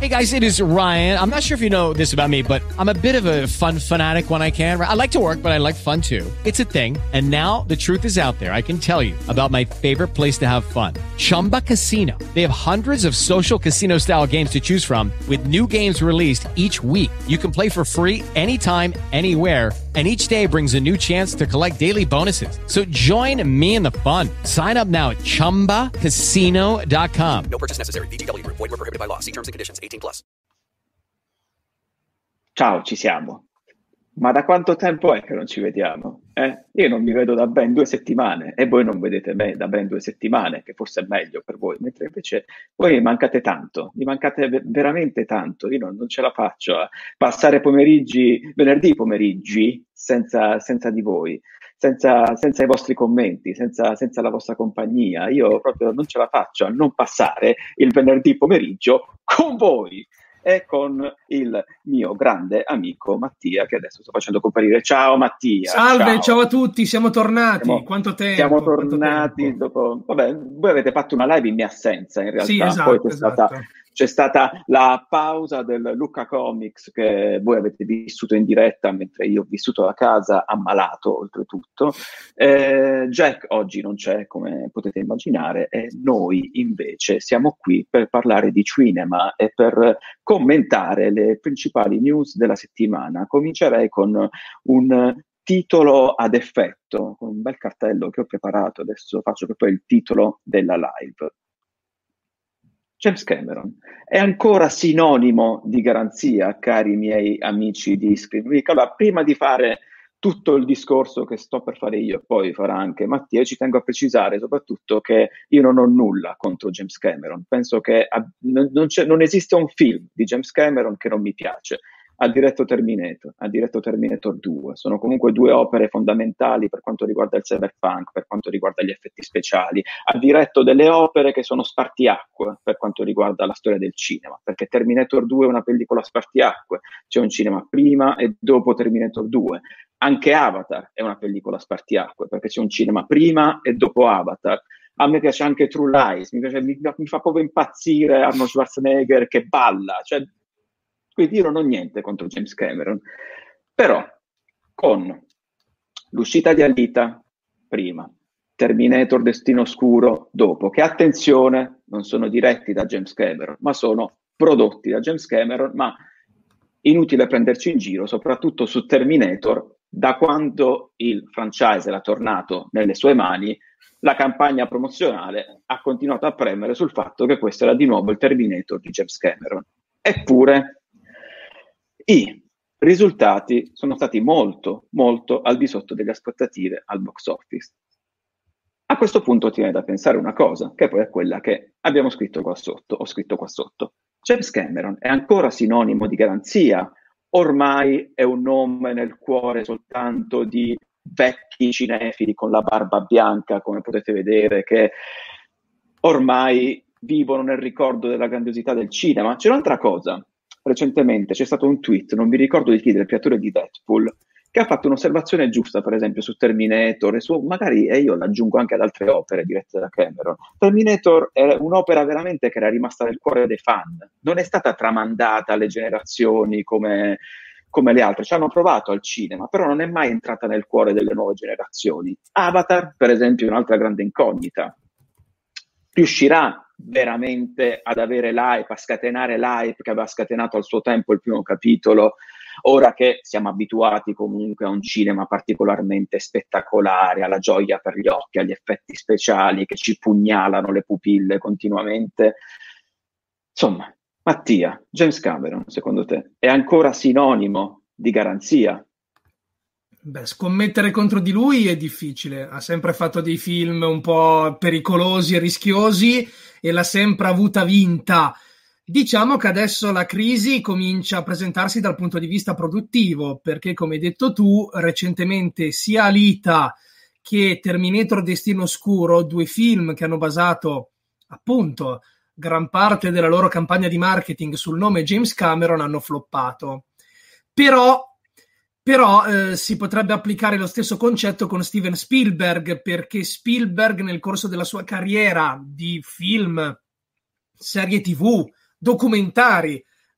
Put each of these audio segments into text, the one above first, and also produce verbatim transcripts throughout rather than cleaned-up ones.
Hey guys, it is Ryan. I'm not sure if you know this about me, but I'm a bit of a fun fanatic when I can. I like to work, but I like fun too. It's a thing. And now the truth is out there. I can tell you about my favorite place to have fun. Chumba Casino. They have hundreds of social casino style games to choose from with new games released each week. You can play for free anytime, anywhere. And each day brings a new chance to collect daily bonuses. So join me in the fun. Sign up now at chumba casino dot com. No purchase necessary. V G W Group. Void where prohibited by law. See terms and conditions. eighteen plus. Ciao, ci siamo. Ma da quanto tempo è che non ci vediamo? Eh? Io non mi vedo da ben due settimane e voi non vedete me da ben due settimane, che forse è meglio per voi, mentre invece voi mi mancate tanto, mi mancate ve- veramente tanto. Io non, non ce la faccio a passare pomeriggi, venerdì pomeriggi, senza, senza di voi, senza, senza i vostri commenti, senza, senza la vostra compagnia. Io proprio non ce la faccio a non passare il venerdì pomeriggio con voi e con il mio grande amico Mattia, che adesso sto facendo comparire. Ciao Mattia. Salve, ciao, ciao a tutti, siamo tornati. siamo, Quanto tempo? siamo quanto tornati tempo. dopo. Vabbè, voi avete fatto una live in mia assenza, in realtà. Sì, esatto, Poi c'è esatto. stata, c'è stata la pausa del Lucca Comics che voi avete vissuto in diretta, mentre io ho vissuto a casa ammalato, oltretutto. Eh, Jack oggi non c'è, come potete immaginare, e noi invece siamo qui per parlare di cinema e per commentare le principali news della settimana. Comincerei con un titolo ad effetto, con un bel cartello che ho preparato. Adesso faccio proprio il titolo della live. James Cameron è ancora sinonimo di garanzia, cari miei amici di Screen Week. Allora, prima di fare tutto il discorso che sto per fare io, poi farà anche Mattia, ci tengo a precisare soprattutto che io non ho nulla contro James Cameron. Penso che ab- non, non c'è- non esiste un film di James Cameron che non mi piace. Ha diretto Terminator, ha diretto Terminator due, sono comunque due opere fondamentali per quanto riguarda il cyberpunk, per quanto riguarda gli effetti speciali. Ha diretto delle opere che sono spartiacque per quanto riguarda la storia del cinema, perché Terminator due è una pellicola spartiacque, c'è un cinema prima e dopo Terminator due. Anche Avatar è una pellicola spartiacque, perché c'è un cinema prima e dopo Avatar. A me piace anche True Lies, mi, piace, mi, mi fa proprio impazzire Arnold Schwarzenegger che balla, cioè, quindi io non ho niente contro James Cameron, però con l'uscita di Alita prima, Terminator Destino Oscuro dopo, che attenzione, non sono diretti da James Cameron, ma sono prodotti da James Cameron, ma inutile prenderci in giro, soprattutto su Terminator, da quando il franchise era tornato nelle sue mani, la campagna promozionale ha continuato a premere sul fatto che questo era di nuovo il Terminator di James Cameron. Eppure i risultati sono stati molto, molto al di sotto delle aspettative al box office. A questo punto ti viene da pensare una cosa, che poi è quella che abbiamo scritto qua sotto, ho scritto qua sotto. James Cameron è ancora sinonimo di garanzia? Ormai è un nome nel cuore soltanto di vecchi cinefili con la barba bianca, come potete vedere, che ormai vivono nel ricordo della grandiosità del cinema. C'è un'altra cosa. Recentemente c'è stato un tweet, non mi ricordo di chi, del creatore di Deadpool, che ha fatto un'osservazione giusta, per esempio, su Terminator, e su, magari, e io l'aggiungo anche ad altre opere dirette da Cameron. Terminator è un'opera veramente che era rimasta nel cuore dei fan, non è stata tramandata alle generazioni come, come le altre, ci hanno provato al cinema, però non è mai entrata nel cuore delle nuove generazioni. Avatar, per esempio, è un'altra grande incognita. Riuscirà veramente ad avere l'hype, a scatenare l'hype che aveva scatenato al suo tempo il primo capitolo, ora che siamo abituati comunque a un cinema particolarmente spettacolare, alla gioia per gli occhi, agli effetti speciali che ci pugnalano le pupille continuamente. Insomma, Mattia, James Cameron, secondo te, è ancora sinonimo di garanzia? Beh, scommettere contro di lui è difficile, ha sempre fatto dei film un po' pericolosi e rischiosi e l'ha sempre avuta vinta. Diciamo che adesso la crisi comincia a presentarsi dal punto di vista produttivo, perché come hai detto tu, recentemente sia Alita che Terminator Destino Oscuro, due film che hanno basato appunto gran parte della loro campagna di marketing sul nome James Cameron, hanno floppato. Però Però eh, si potrebbe applicare lo stesso concetto con Steven Spielberg, perché Spielberg nel corso della sua carriera di film, serie tivù, documentari,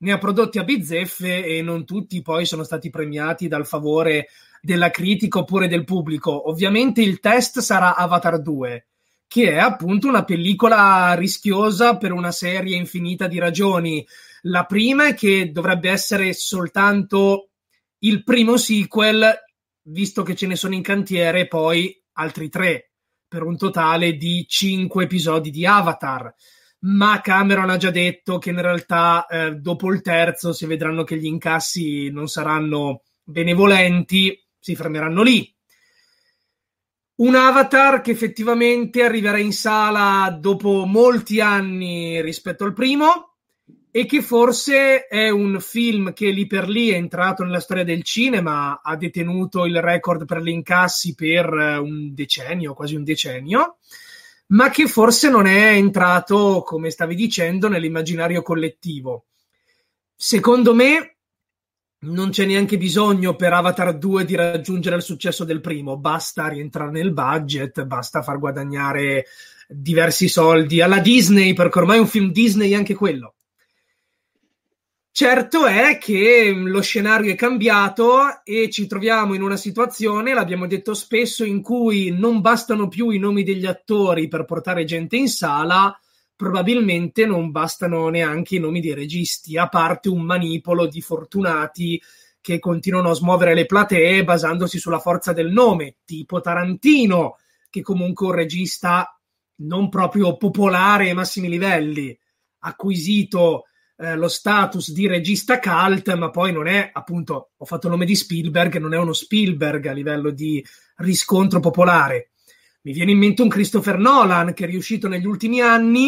ne ha prodotti a bizzeffe e non tutti poi sono stati premiati dal favore della critica oppure del pubblico. Ovviamente il test sarà Avatar due, che è appunto una pellicola rischiosa per una serie infinita di ragioni. La prima è che dovrebbe essere soltanto il primo sequel, visto che ce ne sono in cantiere poi altri tre, per un totale di cinque episodi di Avatar. Ma Cameron ha già detto che in realtà eh, dopo il terzo, se vedranno che gli incassi non saranno benevolenti, si fermeranno lì. Un Avatar che effettivamente arriverà in sala dopo molti anni rispetto al primo, e che forse è un film che lì per lì è entrato nella storia del cinema, ha detenuto il record per gli incassi per un decennio, quasi un decennio, ma che forse non è entrato, come stavi dicendo, nell'immaginario collettivo. Secondo me non c'è neanche bisogno per Avatar due di raggiungere il successo del primo, basta rientrare nel budget, basta far guadagnare diversi soldi alla Disney, perché ormai è un film Disney anche quello. Certo è che lo scenario è cambiato e ci troviamo in una situazione, l'abbiamo detto spesso, in cui non bastano più i nomi degli attori per portare gente in sala, probabilmente non bastano neanche i nomi dei registi, a parte un manipolo di fortunati che continuano a smuovere le platee basandosi sulla forza del nome, tipo Tarantino, che comunque è un regista non proprio popolare ai massimi livelli, acquisito Eh, lo status di regista cult, ma poi non è, appunto, ho fatto il nome di Spielberg, non è uno Spielberg a livello di riscontro popolare. Mi viene in mente un Christopher Nolan che è riuscito negli ultimi anni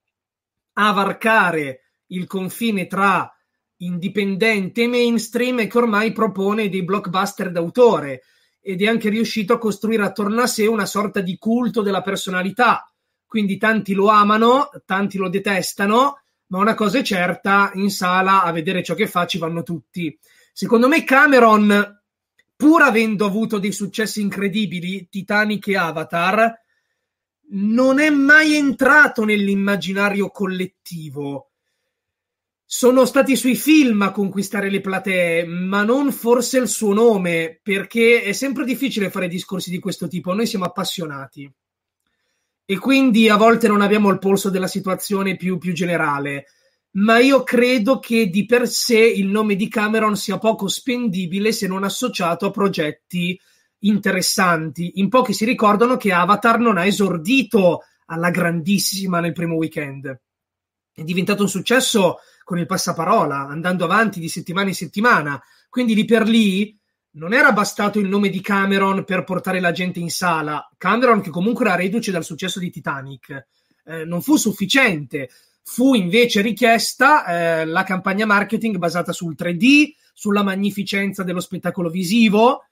a varcare il confine tra indipendente e mainstream e che ormai propone dei blockbuster d'autore, ed è anche riuscito a costruire attorno a sé una sorta di culto della personalità, quindi tanti lo amano, tanti lo detestano, ma una cosa è certa, in sala a vedere ciò che fa ci vanno tutti. Secondo me Cameron, pur avendo avuto dei successi incredibili, Titanic e Avatar, non è mai entrato nell'immaginario collettivo. Sono stati i suoi film a conquistare le platee, ma non forse il suo nome, perché è sempre difficile fare discorsi di questo tipo. Noi siamo appassionati e quindi a volte non abbiamo il polso della situazione più, più generale, ma io credo che di per sé il nome di Cameron sia poco spendibile se non associato a progetti interessanti. In pochi si ricordano che Avatar non ha esordito alla grandissima nel primo weekend, è diventato un successo con il passaparola, andando avanti di settimana in settimana, quindi lì per lì non era bastato il nome di Cameron per portare la gente in sala. Cameron, che comunque era reduce dal successo di Titanic, eh, non fu sufficiente. Fu invece richiesta eh, la campagna marketing basata sul tre D, sulla magnificenza dello spettacolo visivo.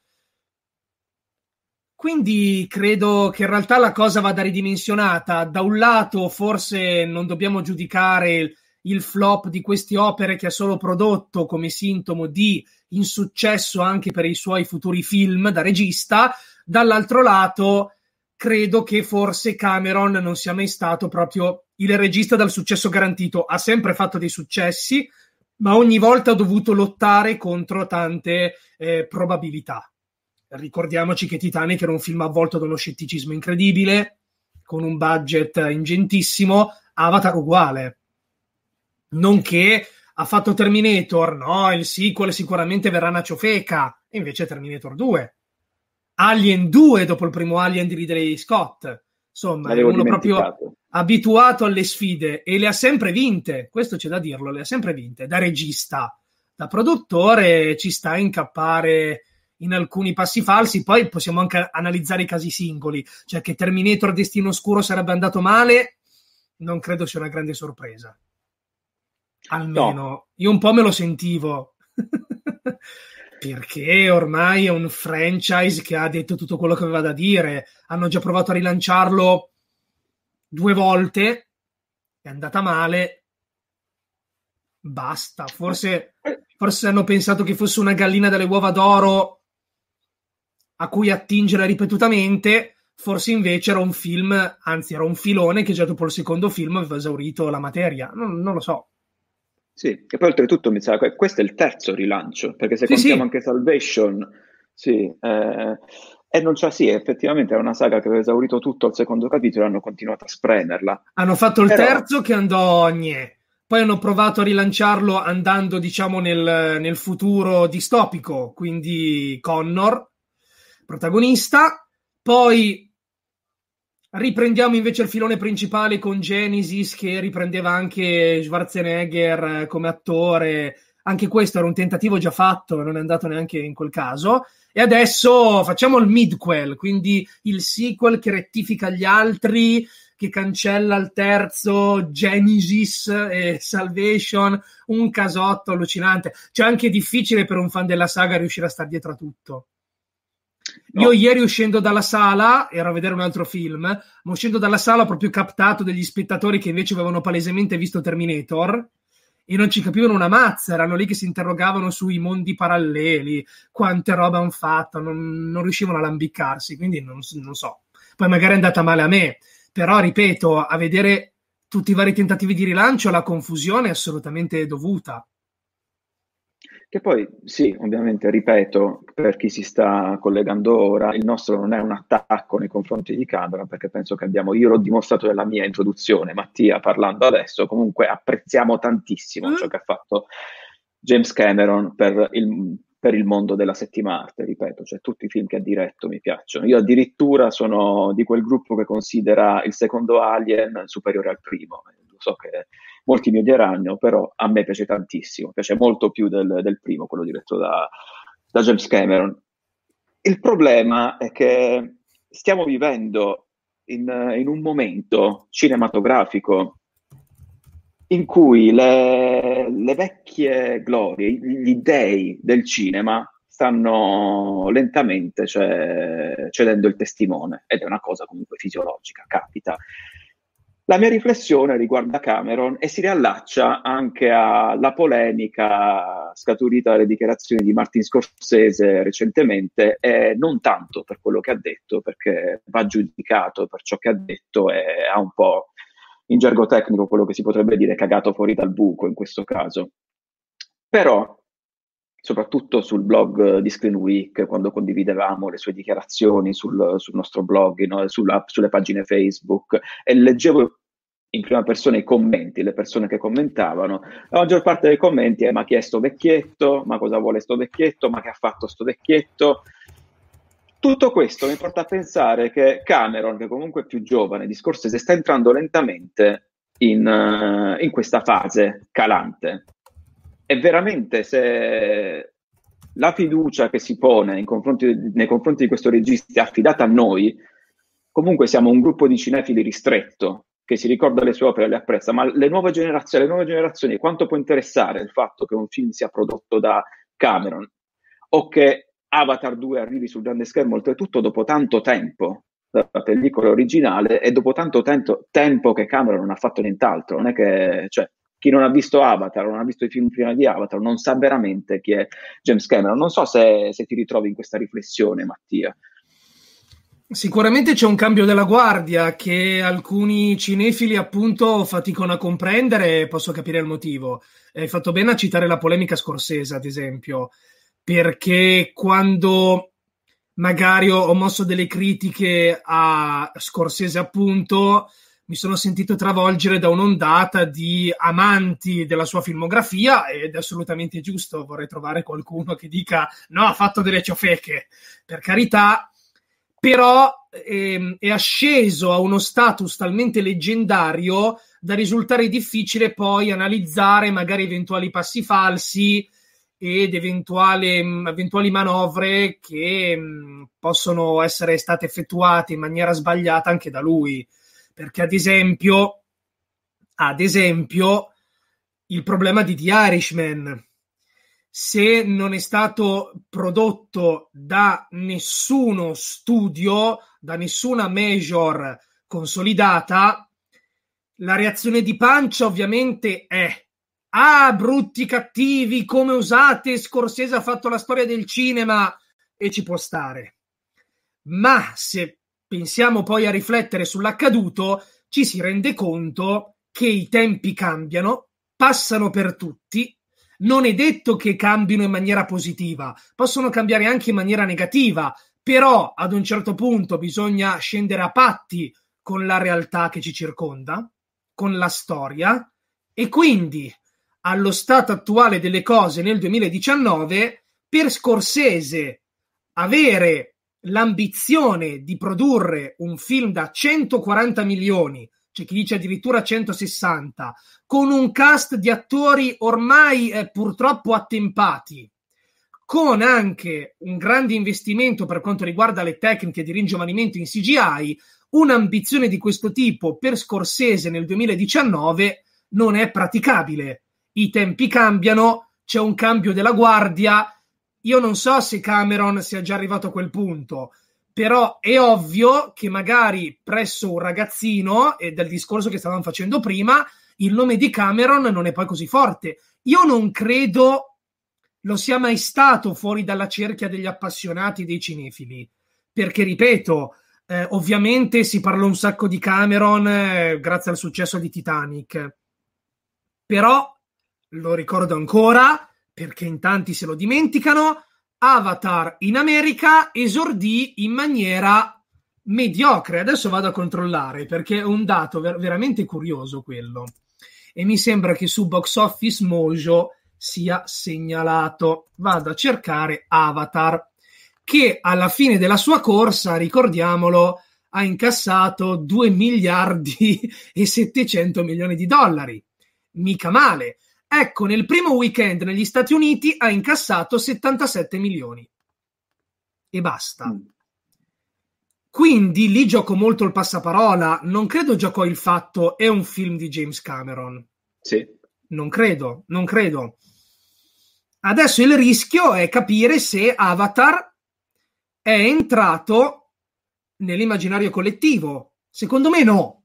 Quindi credo che in realtà la cosa vada ridimensionata. Da un lato forse non dobbiamo giudicare il flop di queste opere che ha solo prodotto come sintomo di insuccesso anche per i suoi futuri film da regista, dall'altro lato credo che forse Cameron non sia mai stato proprio il regista dal successo garantito. Ha sempre fatto dei successi, ma ogni volta ha dovuto lottare contro tante eh, probabilità. Ricordiamoci che Titanic era un film avvolto da uno scetticismo incredibile, con un budget ingentissimo. Avatar uguale, nonché ha fatto Terminator, no, il sequel sicuramente verrà una ciofeca, e invece Terminator due, Alien due dopo il primo Alien di Ridley Scott, insomma è uno proprio abituato alle sfide e le ha sempre vinte, questo c'è da dirlo, le ha sempre vinte, da regista, da produttore ci sta a incappare in alcuni passi falsi. Poi possiamo anche analizzare i casi singoli, cioè che Terminator Destino Oscuro sarebbe andato male, non credo sia una grande sorpresa. Almeno no. Io un po' me lo sentivo perché ormai è un franchise che ha detto tutto quello che aveva da dire. Hanno già provato a rilanciarlo due volte, è andata male, basta. Forse, forse hanno pensato che fosse una gallina dalle uova d'oro a cui attingere ripetutamente, forse invece era un film, anzi era un filone che già dopo il secondo film aveva esaurito la materia, non, non lo so. Sì, che poi oltretutto mi sa che questo è il terzo rilancio, perché se Sì, contiamo sì. anche Salvation, sì, eh, e non c'è, sì, effettivamente è una saga che aveva esaurito tutto al secondo capitolo e hanno continuato a spremerla. Hanno fatto il Però, terzo che andò a gnè. Poi hanno provato a rilanciarlo andando, diciamo, nel, nel futuro distopico, quindi Connor, protagonista. Poi riprendiamo invece il filone principale con Genesis, che riprendeva anche Schwarzenegger come attore. Anche questo era un tentativo già fatto, non è andato neanche in quel caso. E adesso facciamo il midquel, quindi il sequel che rettifica gli altri, che cancella il terzo, Genesis e Salvation, un casotto allucinante. Cioè anche difficile per un fan della saga riuscire a stare dietro a tutto. no. Io ieri uscendo dalla sala, ero a vedere un altro film, ma uscendo dalla sala ho proprio captato degli spettatori che invece avevano palesemente visto Terminator e non ci capivano una mazza, erano lì che si interrogavano sui mondi paralleli, quante robe hanno fatto, non, non riuscivano a lambiccarsi, quindi non, non so. Poi magari è andata male a me, però ripeto, a vedere tutti i vari tentativi di rilancio la confusione è assolutamente dovuta. Che poi, sì, ovviamente, ripeto, per chi si sta collegando ora, il nostro non è un attacco nei confronti di Cameron, perché penso che abbiamo, io l'ho dimostrato nella mia introduzione, Mattia parlando adesso, comunque apprezziamo tantissimo ciò che ha fatto James Cameron per il, per il mondo della settima arte, ripeto, cioè tutti i film che ha diretto mi piacciono. Io addirittura sono di quel gruppo che considera il secondo Alien superiore al primo, lo so che molti mi odieranno, però a me piace tantissimo, piace molto più del, del primo, quello diretto da, da James Cameron. Il problema è che stiamo vivendo in, in un momento cinematografico in cui le, le vecchie glorie, gli dei del cinema stanno lentamente, cioè, cedendo il testimone, ed è una cosa comunque fisiologica, capita. La mia riflessione riguarda Cameron e si riallaccia anche alla polemica scaturita dalle dichiarazioni di Martin Scorsese recentemente, e non tanto per quello che ha detto, perché va giudicato per ciò che ha detto e ha un po', in gergo tecnico, quello che si potrebbe dire cagato fuori dal buco in questo caso. Però, soprattutto sul blog di Screen Week, quando condividevamo le sue dichiarazioni sul, sul nostro blog, no? Sulla, sulle pagine Facebook, e leggevo in prima persona i commenti, le persone che commentavano, la maggior parte dei commenti è: ma chi è sto vecchietto? Ma cosa vuole sto vecchietto? Ma che ha fatto sto vecchietto? Tutto questo mi porta a pensare che Cameron, che comunque è più giovane di Scorsese, sta entrando lentamente in, uh, in questa fase calante. E veramente, se la fiducia che si pone in confronti, nei confronti di questo regista è affidata a noi, comunque siamo un gruppo di cinefili ristretto che si ricorda le sue opere e le apprezza, ma le nuove generazioni, le nuove generazioni, quanto può interessare il fatto che un film sia prodotto da Cameron o che Avatar due arrivi sul grande schermo, oltretutto dopo tanto tempo dalla pellicola originale e dopo tanto tempo, tempo che Cameron non ha fatto nient'altro. Non è che, cioè, chi non ha visto Avatar, non ha visto i film prima di Avatar, non sa veramente chi è James Cameron. Non so se, se ti ritrovi in questa riflessione, Mattia. Sicuramente c'è un cambio della guardia che alcuni cinefili appunto faticano a comprendere, e posso capire il motivo. Hai fatto bene a citare la polemica Scorsese, ad esempio, perché quando magari ho mosso delle critiche a Scorsese appunto, mi sono sentito travolgere da un'ondata di amanti della sua filmografia, ed è assolutamente giusto. Vorrei trovare qualcuno che dica no, ha fatto delle ciofeche, per carità, però ehm, è asceso a uno status talmente leggendario da risultare difficile poi analizzare magari eventuali passi falsi ed eventuali, eventuali manovre che mh, possono essere state effettuate in maniera sbagliata anche da lui. Perché ad esempio, ad esempio, il problema di The Irishman, se non è stato prodotto da nessuno studio, da nessuna major consolidata, la reazione di pancia ovviamente è: ah, brutti cattivi, come usate, Scorsese ha fatto la storia del cinema, e ci può stare. Ma se pensiamo poi a riflettere sull'accaduto, ci si rende conto che i tempi cambiano, passano per tutti. Non è detto che cambino in maniera positiva, possono cambiare anche in maniera negativa, però ad un certo punto bisogna scendere a patti con la realtà che ci circonda, con la storia, e quindi allo stato attuale delle cose nel duemiladiciannove, per Scorsese avere l'ambizione di produrre un film da centoquaranta milioni, c'è chi dice addirittura centosessanta, con un cast di attori ormai eh, purtroppo attempati, con anche un grande investimento per quanto riguarda le tecniche di ringiovanimento in C G I, un'ambizione di questo tipo per Scorsese nel duemiladiciannove non è praticabile. I tempi cambiano, c'è un cambio della guardia. Io non so se Cameron sia già arrivato a quel punto, però è ovvio che magari presso un ragazzino, e del discorso che stavamo facendo prima, il nome di Cameron non è poi così forte. Io non credo lo sia mai stato fuori dalla cerchia degli appassionati dei cinefili, perché ripeto, eh, ovviamente si parla un sacco di Cameron eh, grazie al successo di Titanic, però lo ricordo ancora perché in tanti se lo dimenticano, Avatar in America esordì in maniera mediocre. Adesso vado a controllare perché è un dato ver- veramente curioso quello, e mi sembra che su Box Office Mojo sia segnalato. Vado a cercare Avatar, che alla fine della sua corsa, ricordiamolo, ha incassato due miliardi e settecento milioni di dollari. Mica male. Ecco, nel primo weekend negli Stati Uniti ha incassato settantasette milioni. E basta. Mm. Quindi lì gioco molto il passaparola. Non credo giocò il fatto è un film di James Cameron. Sì. Non credo, non credo. Adesso il rischio è capire se Avatar è entrato nell'immaginario collettivo. Secondo me no.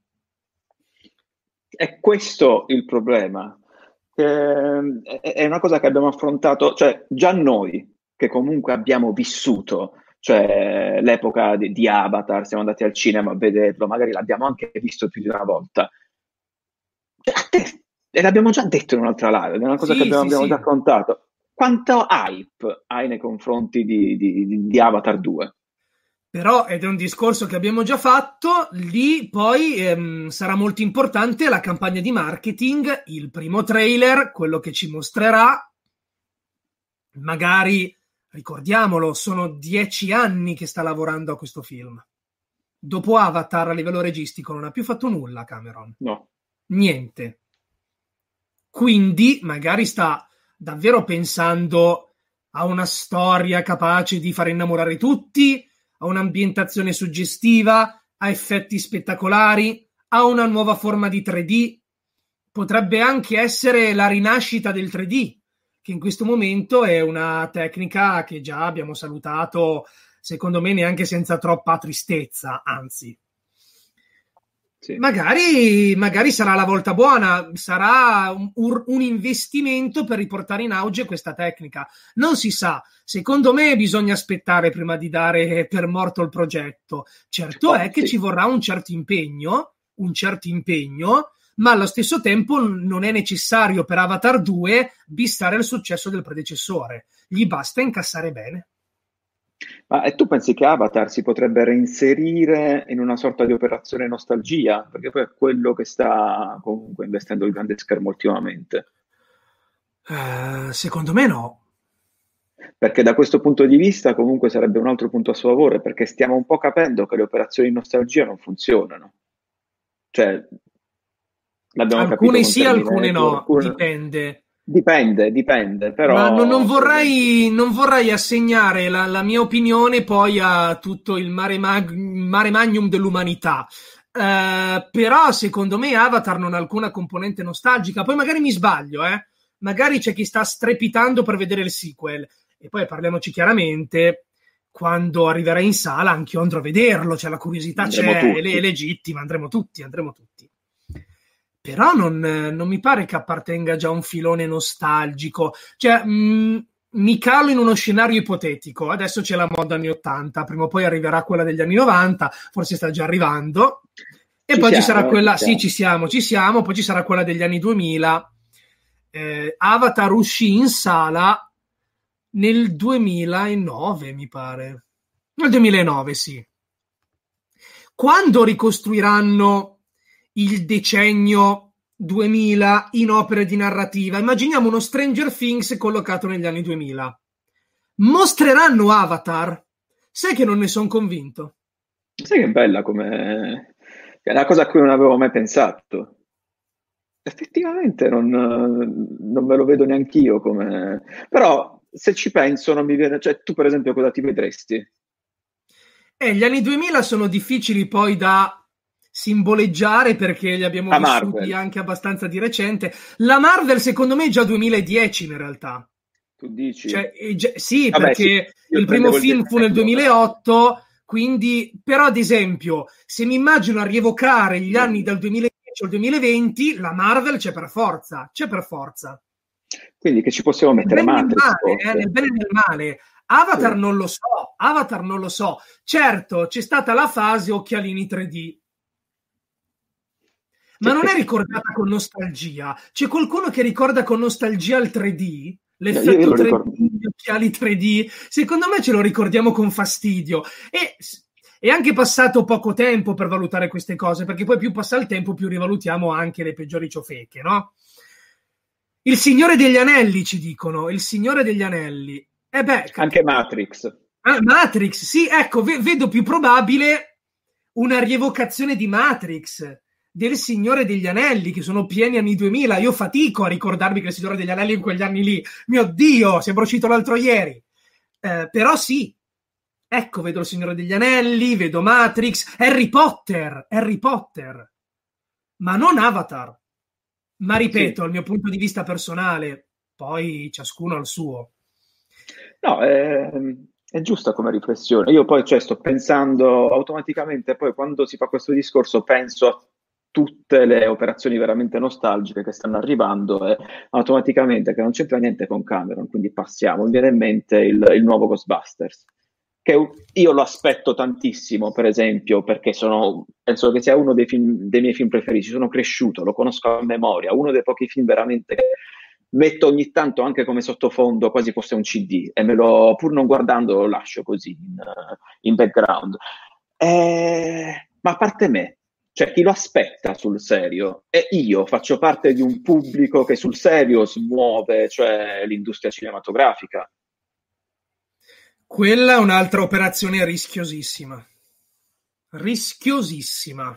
È questo il problema. Eh, è una cosa che abbiamo affrontato, cioè già noi che comunque abbiamo vissuto, cioè l'epoca di, di Avatar, siamo andati al cinema a vederlo, magari l'abbiamo anche visto più di una volta, e l'abbiamo già detto in un'altra live, è una cosa sì, che abbiamo, sì, abbiamo sì. già raccontato. Quanto hype hai nei confronti di, di, di Avatar due? Però, ed è un discorso che abbiamo già fatto, lì poi ehm, sarà molto importante la campagna di marketing, il primo trailer, quello che ci mostrerà. Magari, ricordiamolo, sono dieci anni che sta lavorando a questo film. Dopo Avatar, a livello registico, non ha più fatto nulla Cameron. No. Niente. Quindi, magari sta davvero pensando a una storia capace di far innamorare tutti, a un'ambientazione suggestiva, a effetti spettacolari, a una nuova forma di tre D. Potrebbe anche essere la rinascita del tre D, che in questo momento è una tecnica che già abbiamo salutato, secondo me neanche senza troppa tristezza, anzi. Sì. Magari, magari sarà la volta buona, sarà un, un investimento per riportare in auge questa tecnica. Non si sa. Secondo me bisogna aspettare prima di dare per morto il progetto. Certo oh, è che sì. ci vorrà un certo impegno, un certo impegno, ma allo stesso tempo non è necessario per Avatar due bissare il successo del predecessore. Gli basta incassare bene. Ma e tu pensi che Avatar si potrebbe reinserire in una sorta di operazione nostalgia? Perché poi è quello che sta comunque investendo il grande schermo ultimamente. Uh, secondo me no. Perché da questo punto di vista comunque sarebbe un altro punto a suo favore, perché stiamo un po' capendo che le operazioni di nostalgia non funzionano. Cioè, l'abbiamo alcune capito sì, alcune no, alcune... dipende. Dipende, dipende, però... Ma non, non, vorrei, non vorrei assegnare la, la mia opinione poi a tutto il mare, mag, mare magnum dell'umanità. Uh, però secondo me Avatar non ha alcuna componente nostalgica. Poi magari mi sbaglio, eh? Magari c'è chi sta strepitando per vedere il sequel. E poi parliamoci chiaramente, quando arriverà in sala anche io andrò a vederlo, cioè la curiosità andremo c'è, è legittima, andremo tutti, andremo tutti. Però non, non mi pare che appartenga già a un filone nostalgico. Cioè, mh, mi calo in uno scenario ipotetico. Adesso c'è la moda anni ottanta, prima o poi arriverà quella degli anni novanta, forse sta già arrivando. E ci poi siamo, ci sarà quella... ci Sì, ci siamo, ci siamo. Poi ci sarà quella degli anni duemila. eh, Avatar uscì in sala nel duemilanove, mi pare. Nel duemilanove, sì. Quando ricostruiranno il decennio duemila in opere di narrativa? Immaginiamo uno Stranger Things collocato negli anni duemila. Mostreranno Avatar? Sai che non ne sono convinto. Sai che bella come... È una cosa a cui non avevo mai pensato. Effettivamente non, non me lo vedo neanch'io come... Però se ci penso non mi viene... Cioè tu per esempio cosa ti vedresti? Eh, gli anni duemila sono difficili poi da simboleggiare perché li abbiamo La vissuti Marvel. anche abbastanza di recente. La Marvel secondo me è già duemiladieci in realtà. Tu dici? Cioè, è già- sì, Vabbè, perché sì, io il primo prendevo il film fu nel decennio, duemilaotto, quindi, però ad esempio, se mi immagino a rievocare gli anni dal duemiladieci al duemilaventi, la Marvel c'è per forza, c'è per forza. Quindi che ci possiamo Nel mettere bene e nel Matrix? male, eh, nel bene e nel male. Avatar Sì. non lo so, Avatar non lo so. Certo, c'è stata la fase occhialini tre D, ma non è ricordata con nostalgia. C'è qualcuno che ricorda con nostalgia il tre D? L'effetto Io- io lo tre D, ricordo. gli occhiali tre D? Secondo me ce lo ricordiamo con fastidio. E è anche passato poco tempo per valutare queste cose, perché poi più passa il tempo, più rivalutiamo anche le peggiori ciofeche, no? Il Signore degli Anelli, ci dicono. Il Signore degli Anelli. Eh beh, Anche Matrix. Ah, Matrix, sì, ecco, ve- vedo più probabile una rievocazione di Matrix, del Signore degli Anelli, che sono pieni anni duemila. Io fatico a ricordarmi che il Signore degli Anelli in quegli anni lì. Mio Dio, sembra uscito l'altro ieri. Eh, però sì, ecco, vedo il Signore degli Anelli, vedo Matrix, Harry Potter, Harry Potter, ma non Avatar. Ma ripeto, Sì. dal mio punto di vista personale, poi ciascuno ha il suo. No, è, è giusta come riflessione. Io poi cioè, sto pensando automaticamente, poi quando si fa questo discorso penso a tutte le operazioni veramente nostalgiche che stanno arrivando e automaticamente, che non c'entra niente con Cameron, quindi passiamo, mi viene in mente il, il nuovo Ghostbusters, che io lo aspetto tantissimo, per esempio, perché sono, penso che sia uno dei, film, dei miei film preferiti, sono cresciuto, lo conosco a memoria, uno dei pochi film veramente che metto ogni tanto anche come sottofondo, quasi fosse un C D, e me lo, pur non guardando, lo lascio così in, in background. Eh, ma a parte me, cioè chi lo aspetta sul serio, e io faccio parte di un pubblico che sul serio smuove, cioè l'industria cinematografica. Quella è un'altra operazione rischiosissima. Rischiosissima.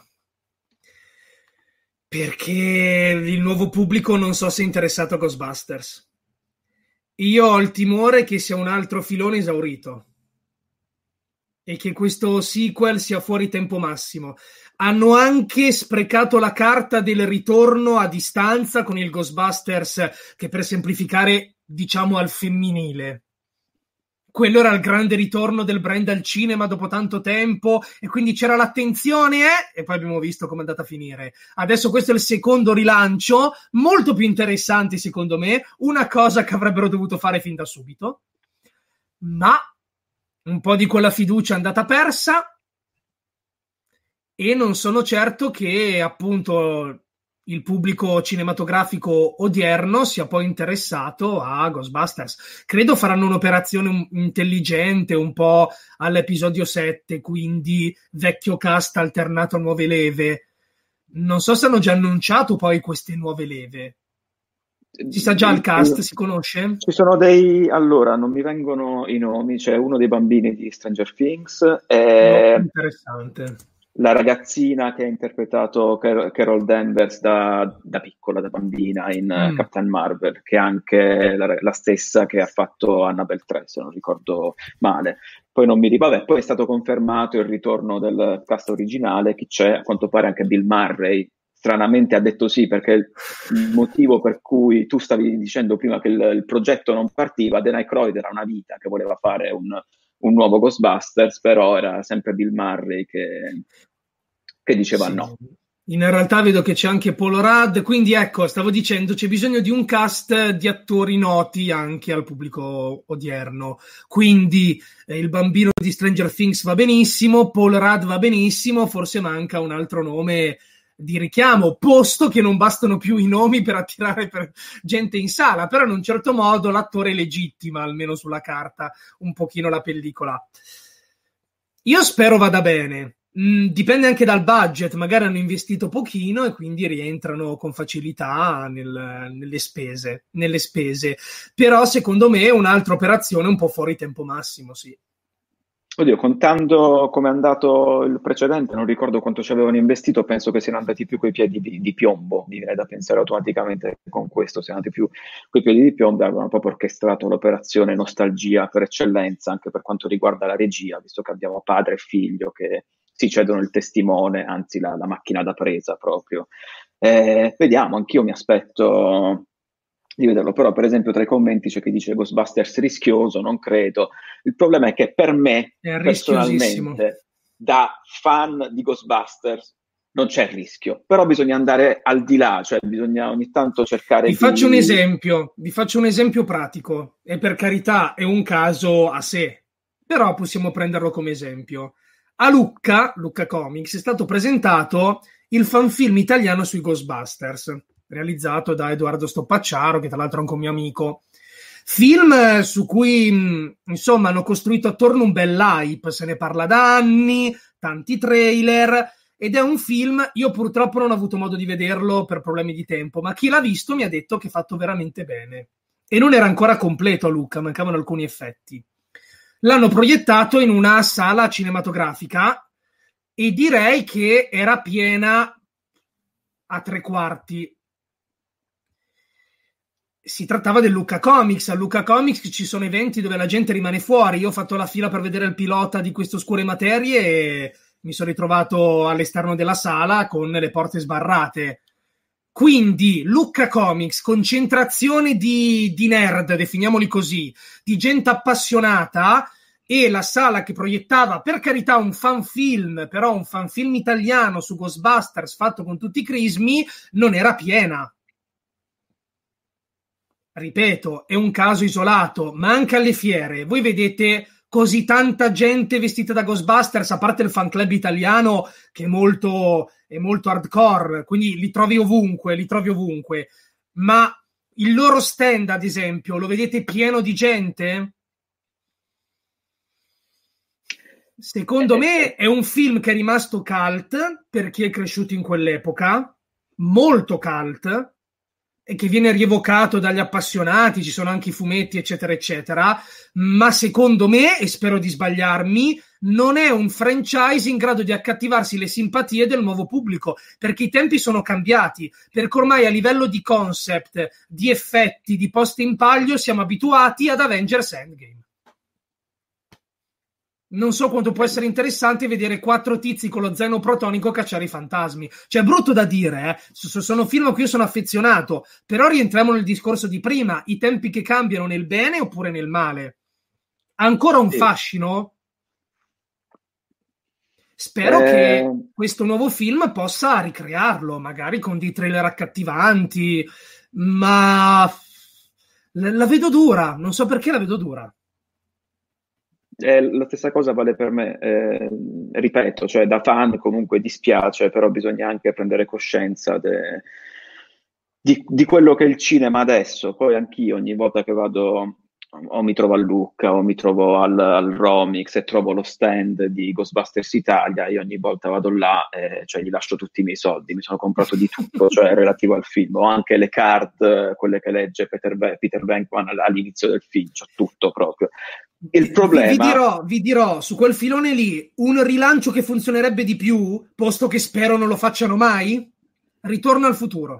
Perché il nuovo pubblico non so se è interessato a Ghostbusters. Io ho il timore che sia un altro filone esaurito e che questo sequel sia fuori tempo massimo. Hanno anche sprecato la carta del ritorno a distanza con il Ghostbusters, che per semplificare diciamo al femminile. Quello era il grande ritorno del brand al cinema dopo tanto tempo e quindi c'era l'attenzione eh? E poi abbiamo visto come è andata a finire. Adesso questo è il secondo rilancio, molto più interessante secondo me, una cosa che avrebbero dovuto fare fin da subito, ma un po' di quella fiducia è andata persa e non sono certo che appunto il pubblico cinematografico odierno sia poi interessato a Ghostbusters. Credo faranno un'operazione intelligente, un po' all'episodio sette, quindi vecchio cast alternato a nuove leve. Non so se hanno già annunciato poi queste nuove leve. Si sa già il cast? Si conosce? Ci sono dei... Allora, non mi vengono i nomi, c'è uno dei bambini di Stranger Things e... No, interessante. La ragazzina che ha interpretato Car- Carol Danvers da, da piccola, da bambina in Mm. Captain Marvel, che è anche la, la stessa che ha fatto Annabelle tre, se non ricordo male. Poi non mi ricordo, vabbè, poi è stato confermato il ritorno del cast originale, che c'è a quanto pare anche Bill Murray. Stranamente ha detto sì, perché il, il motivo per cui tu stavi dicendo prima che il, il progetto non partiva, Dan Aykroyd era una vita che voleva fare un, un nuovo Ghostbusters, però era sempre Bill Murray che, che diceva Sì. no. In realtà vedo che c'è anche Paul Rudd, quindi ecco, stavo dicendo, c'è bisogno di un cast di attori noti anche al pubblico odierno. Quindi eh, il bambino di Stranger Things va benissimo, Paul Rudd va benissimo, forse manca un altro nome di richiamo, posto che non bastano più i nomi per attirare per gente in sala, però in un certo modo l'attore legittima, almeno sulla carta, un pochino la pellicola. Io spero vada bene. Mm, dipende anche dal budget, magari hanno investito pochino e quindi rientrano con facilità nel, nelle spese, nelle spese. Però secondo me è un'altra operazione un po' fuori tempo massimo, sì. Oddio, contando come è andato il precedente, non ricordo quanto ci avevano investito, penso che siano andati più coi piedi di, di piombo, mi viene da pensare automaticamente con questo, siano andati più coi piedi di piombo, avevano proprio orchestrato l'operazione nostalgia per eccellenza, anche per quanto riguarda la regia, visto che abbiamo padre e figlio che si cedono il testimone, anzi la, la macchina da presa proprio. Eh, vediamo, anch'io mi aspetto di vederlo, però per esempio tra i commenti c'è chi dice Ghostbusters rischioso, non credo. Il problema è che per me è personalmente da fan di Ghostbusters non c'è rischio, però bisogna andare al di là, cioè bisogna ogni tanto cercare vi di... faccio un esempio vi faccio un esempio pratico, e per carità è un caso a sé, però possiamo prenderlo come esempio. A Lucca Lucca Comics è stato presentato il fanfilm italiano sui Ghostbusters, realizzato da Edoardo Stoppacciaro, che tra l'altro è anche un mio amico. Film su cui, insomma, hanno costruito attorno un bel hype, se ne parla da anni, tanti trailer, ed è un film, io purtroppo non ho avuto modo di vederlo per problemi di tempo, ma chi l'ha visto mi ha detto che è fatto veramente bene. E non era ancora completo a Lucca, mancavano alcuni effetti. L'hanno proiettato in una sala cinematografica e direi che era piena a tre quarti. Si trattava del Lucca Comics. A Lucca Comics ci sono eventi dove la gente rimane fuori. Io ho fatto la fila per vedere il pilota di Queste Oscure Materie e mi sono ritrovato all'esterno della sala con le porte sbarrate. Quindi Lucca Comics, concentrazione di, di nerd, definiamoli così, di gente appassionata, e la sala che proiettava, per carità, un fanfilm, però un fanfilm italiano su Ghostbusters fatto con tutti i crismi, non era piena. Ripeto, è un caso isolato, ma anche alle fiere voi vedete così tanta gente vestita da Ghostbusters, a parte il fan club italiano che è molto, è molto hardcore, quindi li trovi ovunque, li trovi ovunque, ma il loro stand, ad esempio, lo vedete pieno di gente? Secondo me è un film che è rimasto cult per chi è cresciuto in quell'epoca, molto cult, e che viene rievocato dagli appassionati, ci sono anche i fumetti eccetera eccetera, ma secondo me, e spero di sbagliarmi, non è un franchise in grado di accattivarsi le simpatie del nuovo pubblico, perché i tempi sono cambiati, perché ormai a livello di concept, di effetti, di poste in palio siamo abituati ad Avengers Endgame. Non so quanto può essere interessante vedere quattro tizi con lo zaino protonico cacciare i fantasmi. Cioè, è brutto da dire, eh? Sono film a cui io sono affezionato, però rientriamo nel discorso di prima, i tempi che cambiano nel bene oppure nel male. Ancora un fascino? Spero eh... che questo nuovo film possa ricrearlo, magari con dei trailer accattivanti, ma la vedo dura, non so perché la vedo dura. Eh, la stessa cosa vale per me, eh, ripeto, cioè da fan comunque dispiace, però bisogna anche prendere coscienza de, di, di quello che è il cinema adesso. Poi anch'io ogni volta che vado o mi trovo a Lucca o mi trovo al, al Romix e trovo lo stand di Ghostbusters Italia, io ogni volta vado là e cioè, gli lascio tutti i miei soldi, mi sono comprato di tutto, cioè relativo al film, ho anche le card, quelle che legge Peter, Peter Venkman all'inizio del film, c'ho tutto proprio. Il problema... Vi, vi, dirò, vi dirò, su quel filone lì, un rilancio che funzionerebbe di più, posto che spero non lo facciano mai, Ritorno al futuro.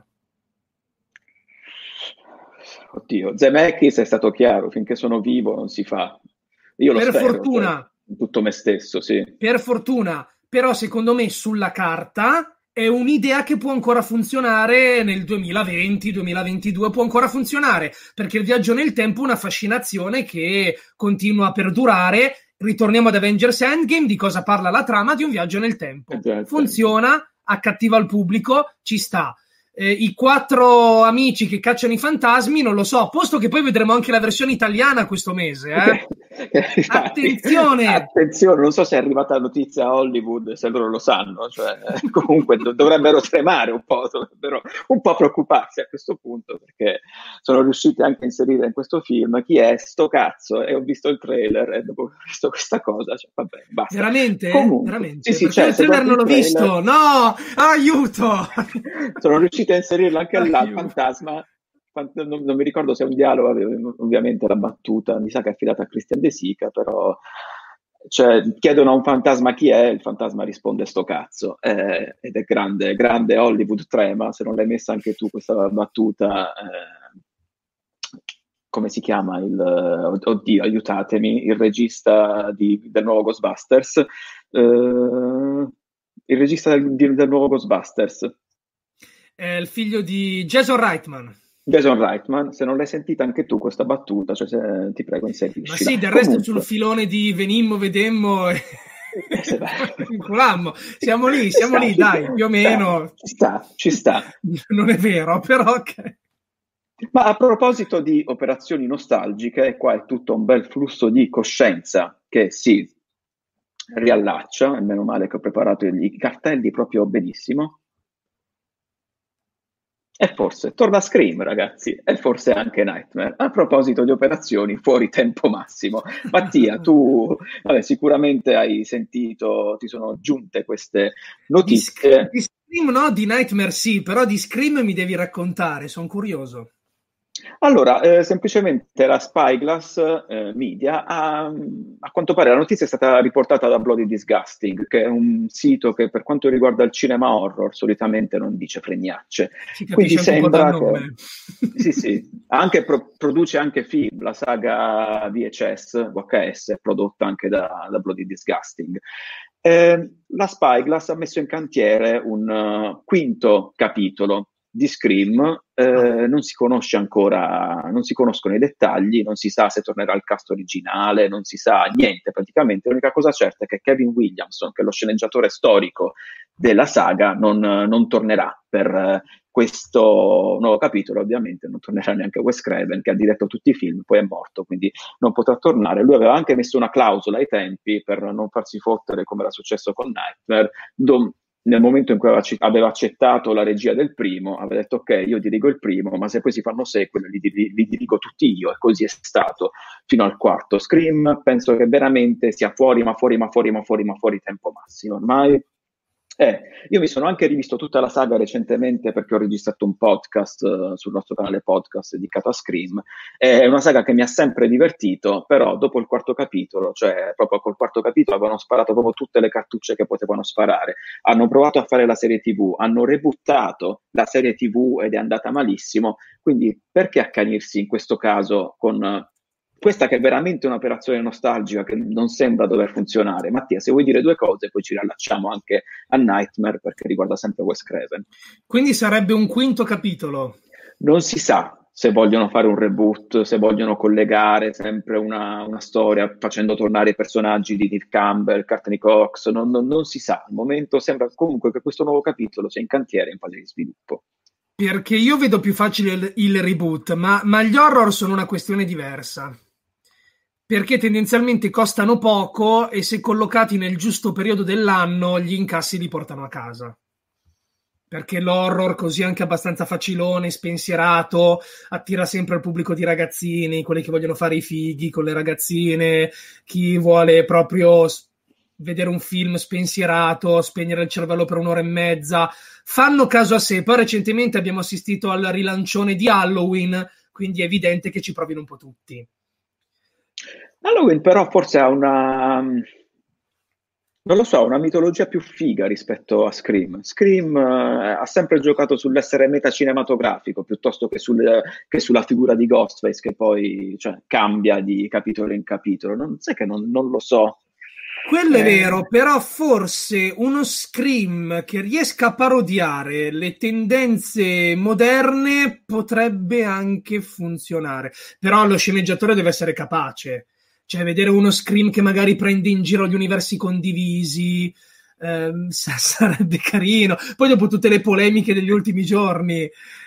Oddio, Zemeckis è stato chiaro, finché sono vivo non si fa. Io lo per spero, fortuna, cioè, tutto me stesso, sì. Per fortuna, però secondo me sulla carta è un'idea che può ancora funzionare nel duemilaventi duemilaventidue, può ancora funzionare, perché il viaggio nel tempo è una fascinazione che continua a perdurare. Ritorniamo ad Avengers Endgame, di cosa parla la trama? Di un viaggio nel tempo. Esatto. Funziona, accattiva il pubblico, ci sta. Eh, i quattro amici che cacciano i fantasmi, non lo so, posto che poi vedremo anche la versione italiana questo mese, eh? Attenzione! Attenzione, non so se è arrivata la notizia a Hollywood, se loro lo sanno, cioè, comunque do- dovrebbero tremare un po', dovrebbero un po' preoccuparsi a questo punto, perché sono riusciti anche a inserire in questo film chi è sto cazzo, e ho visto il trailer e dopo ho visto questa cosa, cioè, vabbè, basta. Veramente? Comunque, Veramente? sì, sì, perché cioè, il trailer non l'ho trailer, visto, no! Aiuto! sono riusciti a inserirlo anche là, il Aiuto. fantasma. Non, non mi ricordo se è un dialogo, ovviamente la battuta mi sa che è affidata a Christian De Sica, però cioè, chiedono a un fantasma chi è, il fantasma risponde sto cazzo, eh, ed è grande, grande Hollywood trema. Se non l'hai messa anche tu questa battuta, eh, come si chiama il, oddio aiutatemi, il regista di, del nuovo Ghostbusters, eh, il regista del, del nuovo Ghostbusters è il figlio di Jason Reitman. Jason Reitman, se non l'hai sentita anche tu questa battuta, cioè se, ti prego inserisci. Ma sì, del resto Comunque. Sul filone di venimmo, vedemmo e inculammo. Siamo lì, siamo lì, dai, più o meno. Ci sta, ci sta. Non è vero, però ok. Ma a proposito di operazioni nostalgiche, qua è tutto un bel flusso di coscienza che si riallaccia, e meno male che ho preparato i cartelli proprio benissimo. E forse torna Scream, ragazzi, e forse anche Nightmare. A proposito di operazioni fuori tempo massimo, Mattia, tu vabbè, sicuramente hai sentito, ti sono giunte queste notizie. Di, di Scream no, di Nightmare sì, però di Scream mi devi raccontare, sono curioso. Allora, eh, semplicemente la Spyglass eh, Media ha, a quanto pare la notizia è stata riportata da Bloody Disgusting, che è un sito che per quanto riguarda il cinema horror solitamente non dice fregnacce. Quindi sembra che sì, sì, anche pro- produce anche film, la saga V H S, V H S è prodotta anche da, da Bloody Disgusting. Eh, la Spyglass ha messo in cantiere un uh, quinto capitolo di Scream, eh, non si conosce ancora, non si conoscono i dettagli, non si sa se tornerà il cast originale, non si sa niente praticamente. L'unica cosa certa è che Kevin Williamson, che è lo sceneggiatore storico della saga, non, non tornerà per questo nuovo capitolo. Ovviamente non tornerà neanche Wes Craven, che ha diretto tutti i film, poi è morto, quindi non potrà tornare. Lui aveva anche messo una clausola ai tempi per non farsi fottere come era successo con Nightmare, dom- nel momento in cui aveva accettato la regia del primo, aveva detto ok, io dirigo il primo, ma se poi si fanno sequel li, li, li dirigo tutti io, e così è stato fino al quarto. Scream penso che veramente sia fuori, ma fuori, ma fuori, ma fuori, ma fuori tempo massimo. Ormai Eh, io mi sono anche rivisto tutta la saga recentemente perché ho registrato un podcast uh, sul nostro canale podcast dedicato a Scream. È una saga che mi ha sempre divertito, però dopo il quarto capitolo, cioè proprio col quarto capitolo avevano sparato proprio tutte le cartucce che potevano sparare. Hanno provato a fare la serie tivù, hanno rebuttato la serie tivù ed è andata malissimo, quindi perché accanirsi in questo caso con uh, questa che è veramente un'operazione nostalgica che non sembra dover funzionare. Mattia, se vuoi dire due cose, poi ci riallacciamo anche a Nightmare, perché riguarda sempre Wes Craven. Quindi sarebbe un quinto capitolo? Non si sa se vogliono fare un reboot, se vogliono collegare sempre una, una storia facendo tornare i personaggi di Neve Campbell, Courtney Cox, non, non, non si sa. Al momento sembra comunque che questo nuovo capitolo sia in cantiere, in fase di sviluppo. Perché io vedo più facile il, il reboot, ma, ma gli horror sono una questione diversa. Perché tendenzialmente costano poco e se collocati nel giusto periodo dell'anno gli incassi li portano a casa. Perché l'horror così anche abbastanza facilone, spensierato, attira sempre il pubblico di ragazzini, quelli che vogliono fare i fighi con le ragazzine, chi vuole proprio vedere un film spensierato, spegnere il cervello per un'ora e mezza. Fanno caso a sé. Poi recentemente abbiamo assistito al rilancione di Halloween, quindi è evidente che ci provino un po' tutti. Halloween però forse ha una, non lo so, una mitologia più figa rispetto a Scream. Scream eh, ha sempre giocato sull'essere metacinematografico piuttosto che, sul, che sulla figura di Ghostface, che poi cioè, cambia di capitolo in capitolo. Non sai che non, non lo so. Quello è vero, però forse uno Scream che riesca a parodiare le tendenze moderne potrebbe anche funzionare. Però lo sceneggiatore deve essere capace. Cioè, vedere uno Scream che magari prende in giro gli universi condivisi ehm, sarebbe carino. Poi dopo tutte le polemiche degli ultimi giorni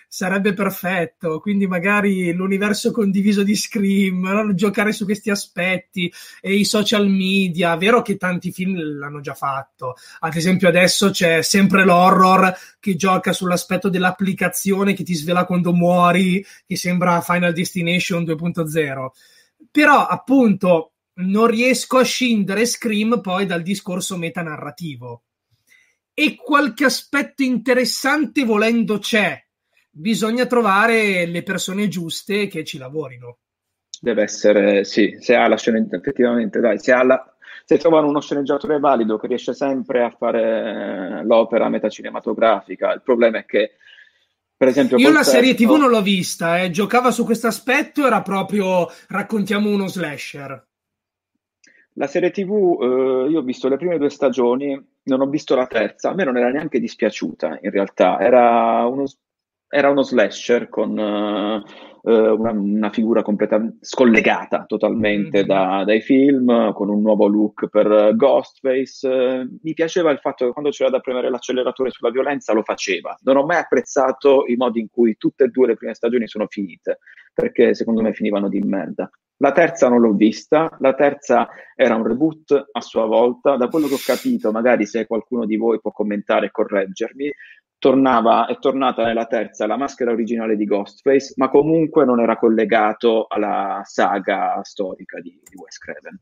sarebbe perfetto, quindi magari l'universo condiviso di Scream, no? Giocare su questi aspetti e i social media, vero che tanti film l'hanno già fatto, ad esempio adesso c'è sempre l'horror che gioca sull'aspetto dell'applicazione che ti svela quando muori, che sembra Final Destination due punto zero, però appunto non riesco a scindere Scream poi dal discorso metanarrativo. E qualche aspetto interessante volendo c'è, bisogna trovare le persone giuste che ci lavorino. Deve essere, sì, se ha la scena, effettivamente, dai, se, ha la, se trovano uno sceneggiatore valido che riesce sempre a fare l'opera metacinematografica, il problema è che, per esempio... Io la testo, serie tivù non l'ho vista, eh, giocava su questo aspetto, era proprio raccontiamo uno slasher. La serie tivù, eh, io ho visto le prime due stagioni, non ho visto la terza, a me non era neanche dispiaciuta in realtà, era uno, era uno slasher con uh, una, una figura completamente scollegata totalmente mm-hmm. da, dai film, con un nuovo look per Ghostface. Mi piaceva il fatto che quando c'era da premere l'acceleratore sulla violenza lo faceva. Non ho mai apprezzato i modi in cui tutte e due le prime stagioni sono finite, perché secondo me finivano di merda. La terza non l'ho vista, la terza era un reboot a sua volta, da quello che ho capito, magari se qualcuno di voi può commentare e correggermi, tornava, è tornata nella terza la maschera originale di Ghostface, ma comunque non era collegato alla saga storica di, di Wes Craven.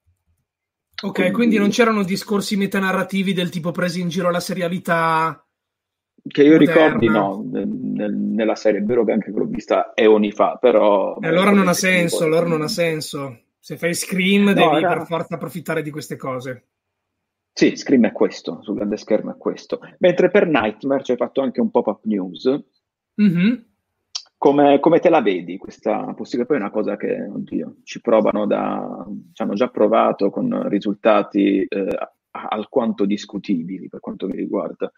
Ok, quindi... quindi non c'erano discorsi metanarrativi del tipo presi in giro la serialità... Che io moderna. ricordi no, nel, nel, nella serie è vero che anche l'ho vista eoni fa, però... E allora non ha senso, allora non ha senso. Se fai Scream no, devi era... per forza approfittare di queste cose. Sì, Scream è questo, sul grande schermo è questo. Mentre per Nightmare ci hai fatto anche un pop-up news. Mm-hmm. Come, come te la vedi questa possibile? Poi è una cosa che, oddio, ci provano da... ci hanno già provato con risultati eh, alquanto discutibili per quanto mi riguarda.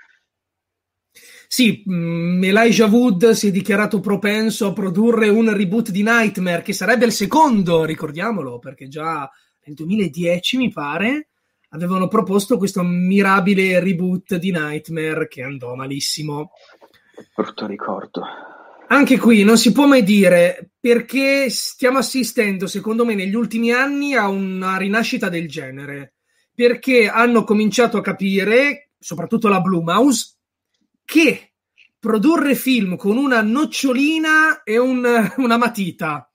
Sì, mh, Elijah Wood si è dichiarato propenso a produrre un reboot di Nightmare, che sarebbe il secondo, ricordiamolo, perché già nel duemiladieci, mi pare, avevano proposto questo mirabile reboot di Nightmare che andò malissimo. Brutto ricordo. Anche qui non si può mai dire, perché stiamo assistendo, secondo me, negli ultimi anni a una rinascita del genere, perché hanno cominciato a capire, soprattutto la Blumhouse, che produrre film con una nocciolina e un, una matita,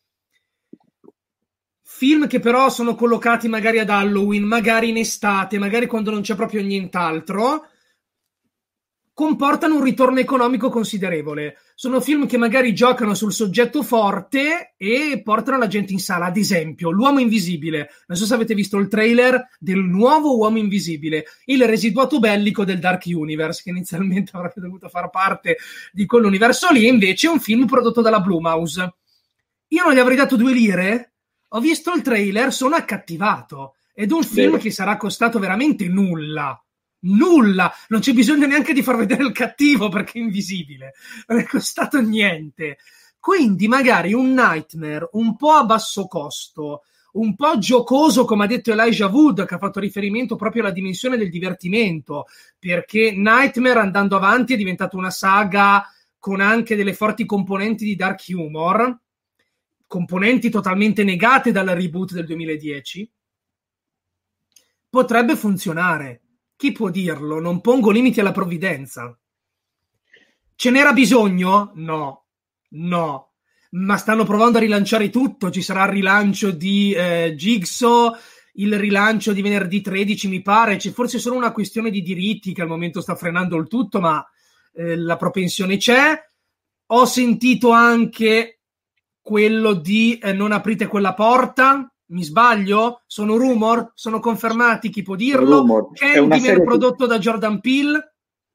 film che però sono collocati magari ad Halloween, magari in estate, magari quando non c'è proprio nient'altro, comportano un ritorno economico considerevole. Sono film che magari giocano sul soggetto forte e portano la gente in sala. Ad esempio, L'Uomo Invisibile. Non so se avete visto il trailer del nuovo Uomo Invisibile, il residuato bellico del Dark Universe, che inizialmente avrebbe dovuto far parte di quell'universo lì, invece è un film prodotto dalla Blumhouse. Io non gli avrei dato due lire, ho visto il trailer, sono accattivato. Ed è un film Beh. che sarà costato veramente nulla. Nulla, non c'è bisogno neanche di far vedere il cattivo perché è invisibile, non è costato niente. Quindi magari un Nightmare un po' a basso costo, un po' giocoso, come ha detto Elijah Wood, che ha fatto riferimento proprio alla dimensione del divertimento, perché Nightmare andando avanti è diventato una saga con anche delle forti componenti di dark humor, componenti totalmente negate dal reboot del duemiladieci. Potrebbe funzionare. Chi può dirlo? Non pongo limiti alla provvidenza. Ce n'era bisogno? No, no. Ma stanno provando a rilanciare tutto. Ci sarà il rilancio di eh, Jigsaw, il rilancio di venerdì tredici, mi pare. C'è forse solo una questione di diritti che al momento sta frenando il tutto, ma eh, la propensione c'è. Ho sentito anche quello di eh, non aprite quella porta. Mi sbaglio? Sono rumor? Sono confermati? Chi può dirlo? Candyman prodotto da Jordan Peele?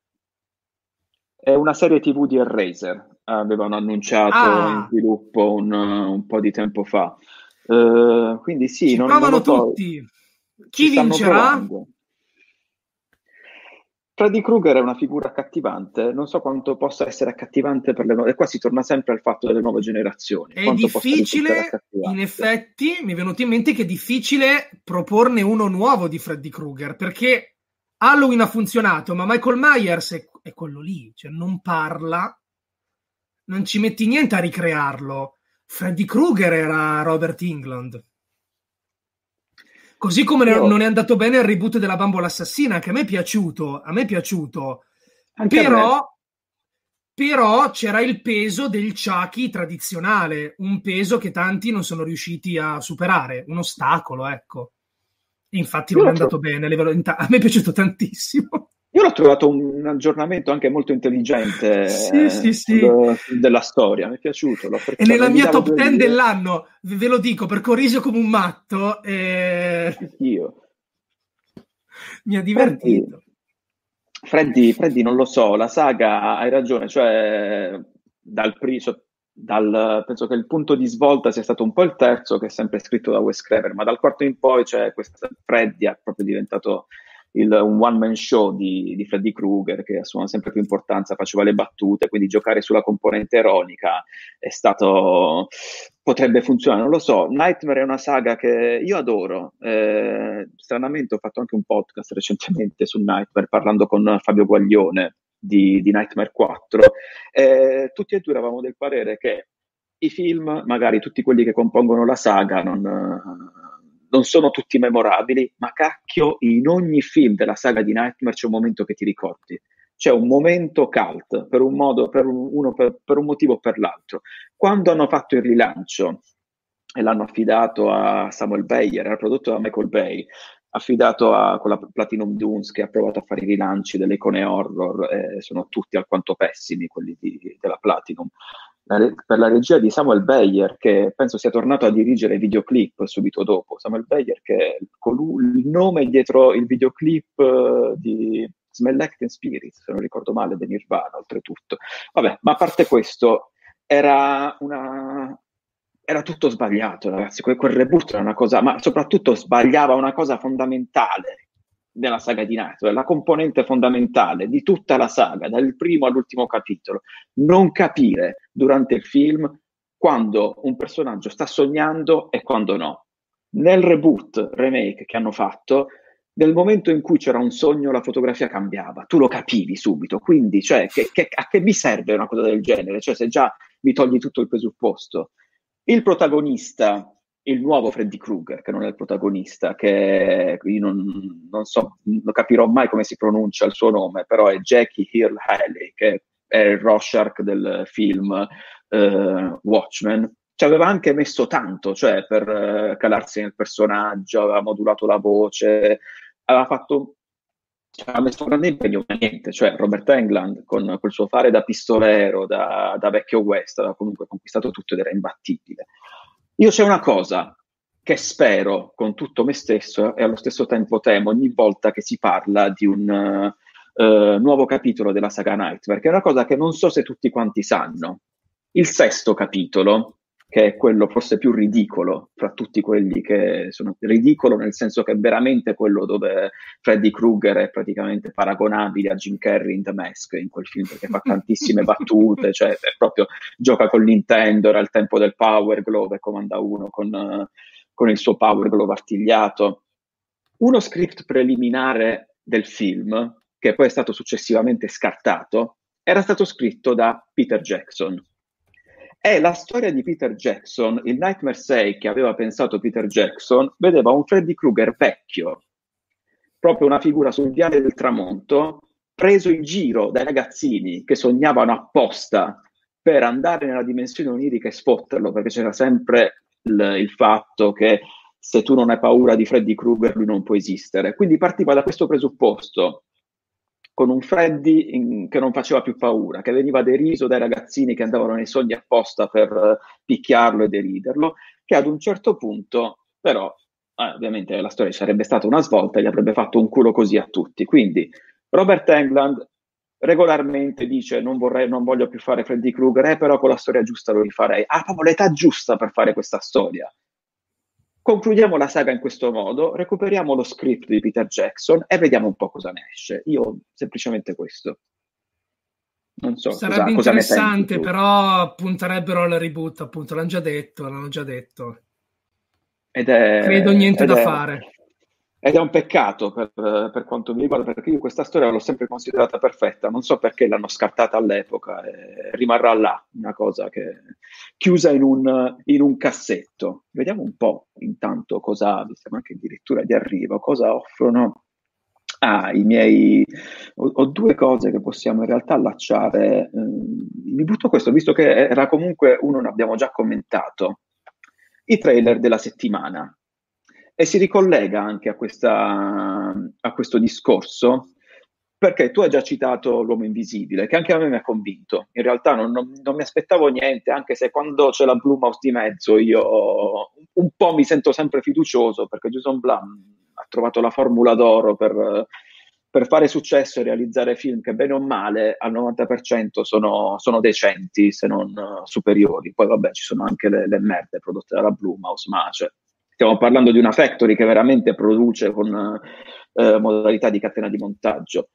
È una serie tivù di Hellraiser. Avevano annunciato ah. in sviluppo un, un po' di tempo fa. Uh, quindi sì. Ci non, provano non lo tutti. Chi vincerà? Freddy Krueger è una figura accattivante, non so quanto possa essere accattivante per le nuove, e qua si torna sempre al fatto delle nuove generazioni. È difficile, in effetti, mi è venuto in mente che è difficile proporne uno nuovo di Freddy Krueger, perché Halloween ha funzionato, ma Michael Myers è, è quello lì, cioè non parla, non ci metti niente a ricrearlo. Freddy Krueger era Robert Englund. Così come Io... non è andato bene il reboot della Bambola Assassina, che a me è piaciuto, a me è piaciuto. Anche però, però c'era il peso del Chucky tradizionale, un peso che tanti non sono riusciti a superare, un ostacolo, ecco. E infatti non è andato bene a livello inta- a me è piaciuto tantissimo. Io l'ho trovato un aggiornamento anche molto intelligente sì, sì, sì. De- della storia, mi è piaciuto. L'ho e nella mia top dieci dell'anno, ve lo dico, perché ho riso come un matto. E... Io. Mi ha divertito. Freddy, Freddy, non lo so, la saga, hai ragione, cioè dal, pri- dal penso che il punto di svolta sia stato un po' il terzo, che è sempre scritto da Wes Craven, ma dal quarto in poi c'è questo Freddy è proprio diventato il, un one man show di, di Freddy Krueger, che assume sempre più importanza, faceva le battute, quindi giocare sulla componente ironica è stato, potrebbe funzionare, non lo so. Nightmare è una saga che io adoro, eh, stranamente ho fatto anche un podcast recentemente su Nightmare parlando con Fabio Guaglione di, di Nightmare quattro, eh, tutti e due eravamo del parere che i film, magari tutti quelli che compongono la saga, non... non sono tutti memorabili, ma cacchio, in ogni film della saga di Nightmare c'è un momento che ti ricordi. C'è un momento cult, per un modo, per un, uno, per, per un motivo o per l'altro. Quando hanno fatto il rilancio e l'hanno affidato a Samuel Bayer, era prodotto da Michael Bay, affidato a con la Platinum Dunes, che ha provato a fare i rilanci delle icone horror, eh, sono tutti alquanto pessimi quelli di, della Platinum. La, per la regia di Samuel Bayer, che penso sia tornato a dirigere videoclip subito dopo. Samuel Bayer, che è colui, il nome dietro il videoclip uh, di Smell Like Teen Spirit, se non ricordo male, di Nirvana, oltretutto. Vabbè, ma a parte questo, era una... era tutto sbagliato, ragazzi. Quel, quel reboot era una cosa, ma soprattutto sbagliava una cosa fondamentale della saga di Nightmare, la componente fondamentale di tutta la saga, dal primo all'ultimo capitolo. Non capire durante il film quando un personaggio sta sognando e quando no. Nel reboot, remake che hanno fatto, nel momento in cui c'era un sogno la fotografia cambiava, tu lo capivi subito, quindi cioè, che, che, a che mi serve una cosa del genere? Cioè, se già mi togli tutto il presupposto. Il protagonista, il nuovo Freddy Krueger, che non è il protagonista, che io non, non so, non capirò mai come si pronuncia il suo nome, però è Jackie Earle Haley, che è il Rorschach del film uh, Watchmen. Ci aveva anche messo tanto, cioè per uh, calarsi nel personaggio, aveva modulato la voce, aveva fatto, cioè, aveva messo un grande impegno, ma niente, cioè Robert Englund con quel suo fare da pistolero, da, da vecchio West, aveva comunque conquistato tutto ed era imbattibile. Io c'è una cosa che spero con tutto me stesso e allo stesso tempo temo ogni volta che si parla di un uh, uh, nuovo capitolo della saga Nightmare, che è una cosa che non so se tutti quanti sanno. Il sesto capitolo, che è quello forse più ridicolo fra tutti quelli che sono ridicolo, nel senso che è veramente quello dove Freddy Krueger è praticamente paragonabile a Jim Carrey in The Mask in quel film, perché fa tantissime battute, cioè è proprio gioca con Nintendo, era il tempo del Power Glove e comanda uno con, uh, con il suo Power Glove artigliato. Uno script preliminare del film, che poi è stato successivamente scartato, era stato scritto da Peter Jackson. È la storia di Peter Jackson, il Nightmare sei che aveva pensato Peter Jackson, vedeva un Freddy Krueger vecchio, proprio una figura sul viale del tramonto, preso in giro dai ragazzini che sognavano apposta per andare nella dimensione onirica e sfotterlo, perché c'era sempre il, il fatto che se tu non hai paura di Freddy Krueger lui non può esistere. Quindi partiva da questo presupposto, con un Freddy in, che non faceva più paura, che veniva deriso dai ragazzini che andavano nei sogni apposta per uh, picchiarlo e deriderlo, che ad un certo punto, però, eh, ovviamente la storia sarebbe stata una svolta e gli avrebbe fatto un culo così a tutti. Quindi Robert Englund regolarmente dice non, vorrei, non voglio più fare Freddy Krueger, eh, però con la storia giusta lo rifarei. Ha proprio l'età giusta per fare questa storia. Concludiamo la saga in questo modo, recuperiamo lo script di Peter Jackson e vediamo un po' cosa ne esce. Io semplicemente questo. Non so. Sarebbe cosa, interessante, cosa però punterebbero al reboot, appunto, l'hanno già detto, l'hanno già detto. Ed è, Credo niente ed da è, fare. Ed è un peccato per, per quanto mi riguarda, perché io questa storia l'ho sempre considerata perfetta, non so perché l'hanno scartata all'epoca, e rimarrà là, una cosa che chiusa in un, in un cassetto. Vediamo un po' intanto cosa, siamo anche addirittura di arrivo, cosa offrono. Ah, i miei... Ho, ho due cose che possiamo in realtà allacciare. Eh, mi butto questo, visto che era comunque uno, ne abbiamo già commentato, i trailer della settimana. E si ricollega anche a, questa, a questo discorso, perché tu hai già citato L'Uomo Invisibile, che anche a me mi ha convinto. In realtà non, non, non mi aspettavo niente, anche se quando c'è la Blumhouse di mezzo io un po' mi sento sempre fiducioso, perché Jason Blum ha trovato la formula d'oro per, per fare successo e realizzare film che bene o male al novanta per cento sono, sono decenti, se non uh, superiori. Poi vabbè, ci sono anche le, le merde prodotte dalla Blumhouse, ma cioè, stiamo parlando di una factory che veramente produce con eh, modalità di catena di montaggio.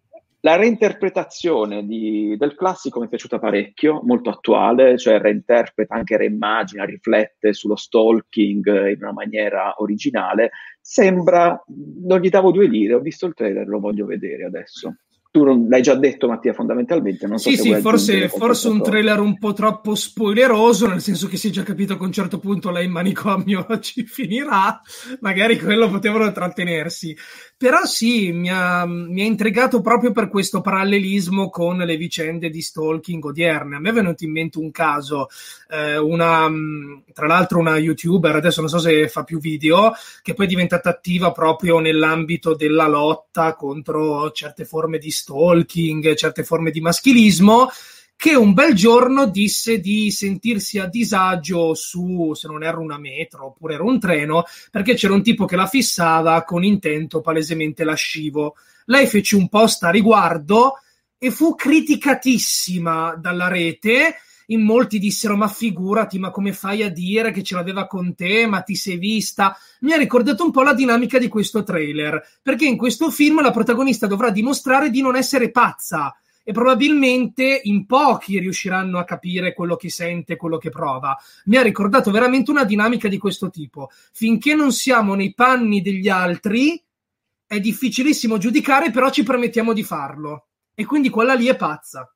La reinterpretazione di, del classico mi è piaciuta parecchio, molto attuale, cioè reinterpreta, anche reimmagina, riflette sullo stalking in una maniera originale. Sembra, non gli davo due lire, ho visto il trailer, lo voglio vedere adesso. Tu non, l'hai già detto, Mattia, fondamentalmente. Non so sì, se sì, forse, forse un trailer un po' troppo spoileroso, nel senso che si è già capito che a un certo punto lei in manicomio ci finirà, magari quello potevano trattenersi. Però sì, mi ha, mi ha intrigato proprio per questo parallelismo con le vicende di stalking odierne. A me è venuto in mente un caso, eh, una, tra l'altro una YouTuber, adesso non so se fa più video, che poi è diventata attiva proprio nell'ambito della lotta contro certe forme di stalking, certe forme di maschilismo, che un bel giorno disse di sentirsi a disagio su, se non era una metro oppure era un treno, perché c'era un tipo che la fissava con intento palesemente lascivo. Lei fece un post a riguardo e fu criticatissima dalla rete. In molti dissero: ma figurati, ma come fai a dire che ce l'aveva con te, ma ti sei vista? Mi ha ricordato un po' la dinamica di questo trailer, perché in questo film la protagonista dovrà dimostrare di non essere pazza, e probabilmente in pochi riusciranno a capire quello che sente, quello che prova. Mi ha ricordato veramente una dinamica di questo tipo. Finché non siamo nei panni degli altri è difficilissimo giudicare, però ci permettiamo di farlo, e quindi quella lì è pazza.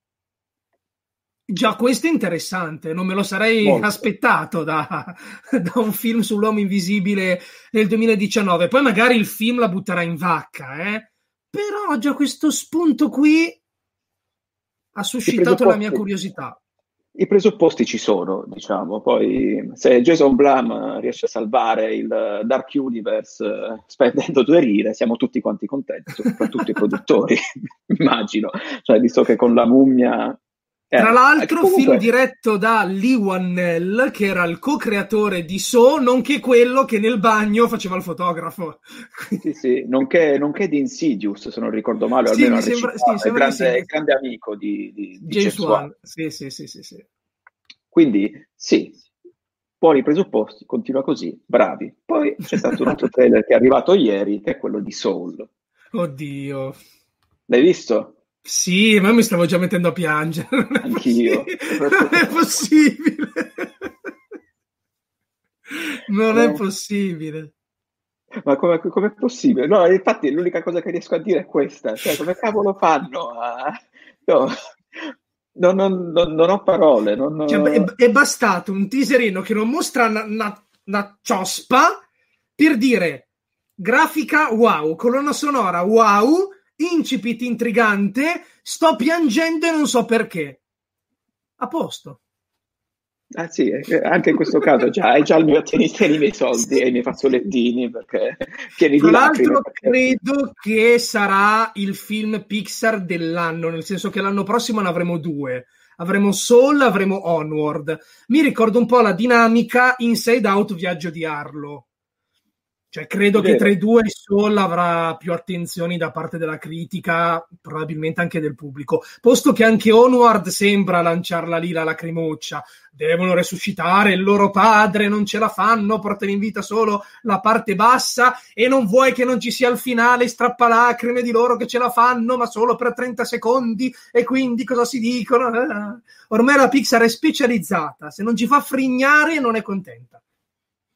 Già questo è interessante, non me lo sarei Molto. aspettato da, da un film sull'uomo invisibile nel duemiladiciannove. Poi magari il film la butterà in vacca, eh? Però già questo spunto qui ha suscitato la mia curiosità. I presupposti ci sono, diciamo. Poi se Jason Blum riesce a salvare il Dark Universe spendendo due lire, siamo tutti quanti contenti, soprattutto i produttori, immagino. Cioè, visto che con La Mummia... Tra eh, l'altro, comunque... film diretto da Lee Whannell, che era il co-creatore di Saw, nonché quello che nel bagno faceva il fotografo. Sì, sì, nonché, nonché di Insidious, se non ricordo male, o sì, almeno sembra, sì, è grande, è grande amico di, di, di James Wan. Sì, sì, sì, sì, sì. Quindi, sì, buoni presupposti, continua così, bravi. Poi c'è stato un altro trailer che è arrivato ieri, che è quello di Soul. Oddio. L'hai visto? Sì, ma mi stavo già mettendo a piangere. Non è Anch'io. Possibile. Non è possibile. Non no. è possibile. Ma come è possibile? No, infatti l'unica cosa che riesco a dire è questa. Cioè, come cavolo fanno a... No, non, non, non, non ho parole. Non... Cioè, è, è bastato un teaserino che non mostra una, una, una ciospa per dire grafica wow, colonna sonora wow, incipit intrigante, sto piangendo e non so perché. A posto. Ah sì, anche in questo caso già, hai già il mio tieni, tieni i miei soldi e i miei fazzolettini, perché tieni Tra di l'altro perché... credo che sarà il film Pixar dell'anno, nel senso che l'anno prossimo ne avremo due. Avremo Soul, avremo Onward. Mi ricordo un po' la dinamica Inside Out, Viaggio di Arlo. Cioè, credo che tra i due Soul avrà più attenzioni da parte della critica, probabilmente anche del pubblico, posto che anche Onward sembra lanciarla lì la lacrimoccia. Devono resuscitare il loro padre, non ce la fanno, portano in vita solo la parte bassa e non vuoi che non ci sia il finale strappalacrime di loro che ce la fanno, ma solo per trenta secondi, e quindi cosa si dicono? Eh. Ormai la Pixar è specializzata, se non ci fa frignare non è contenta.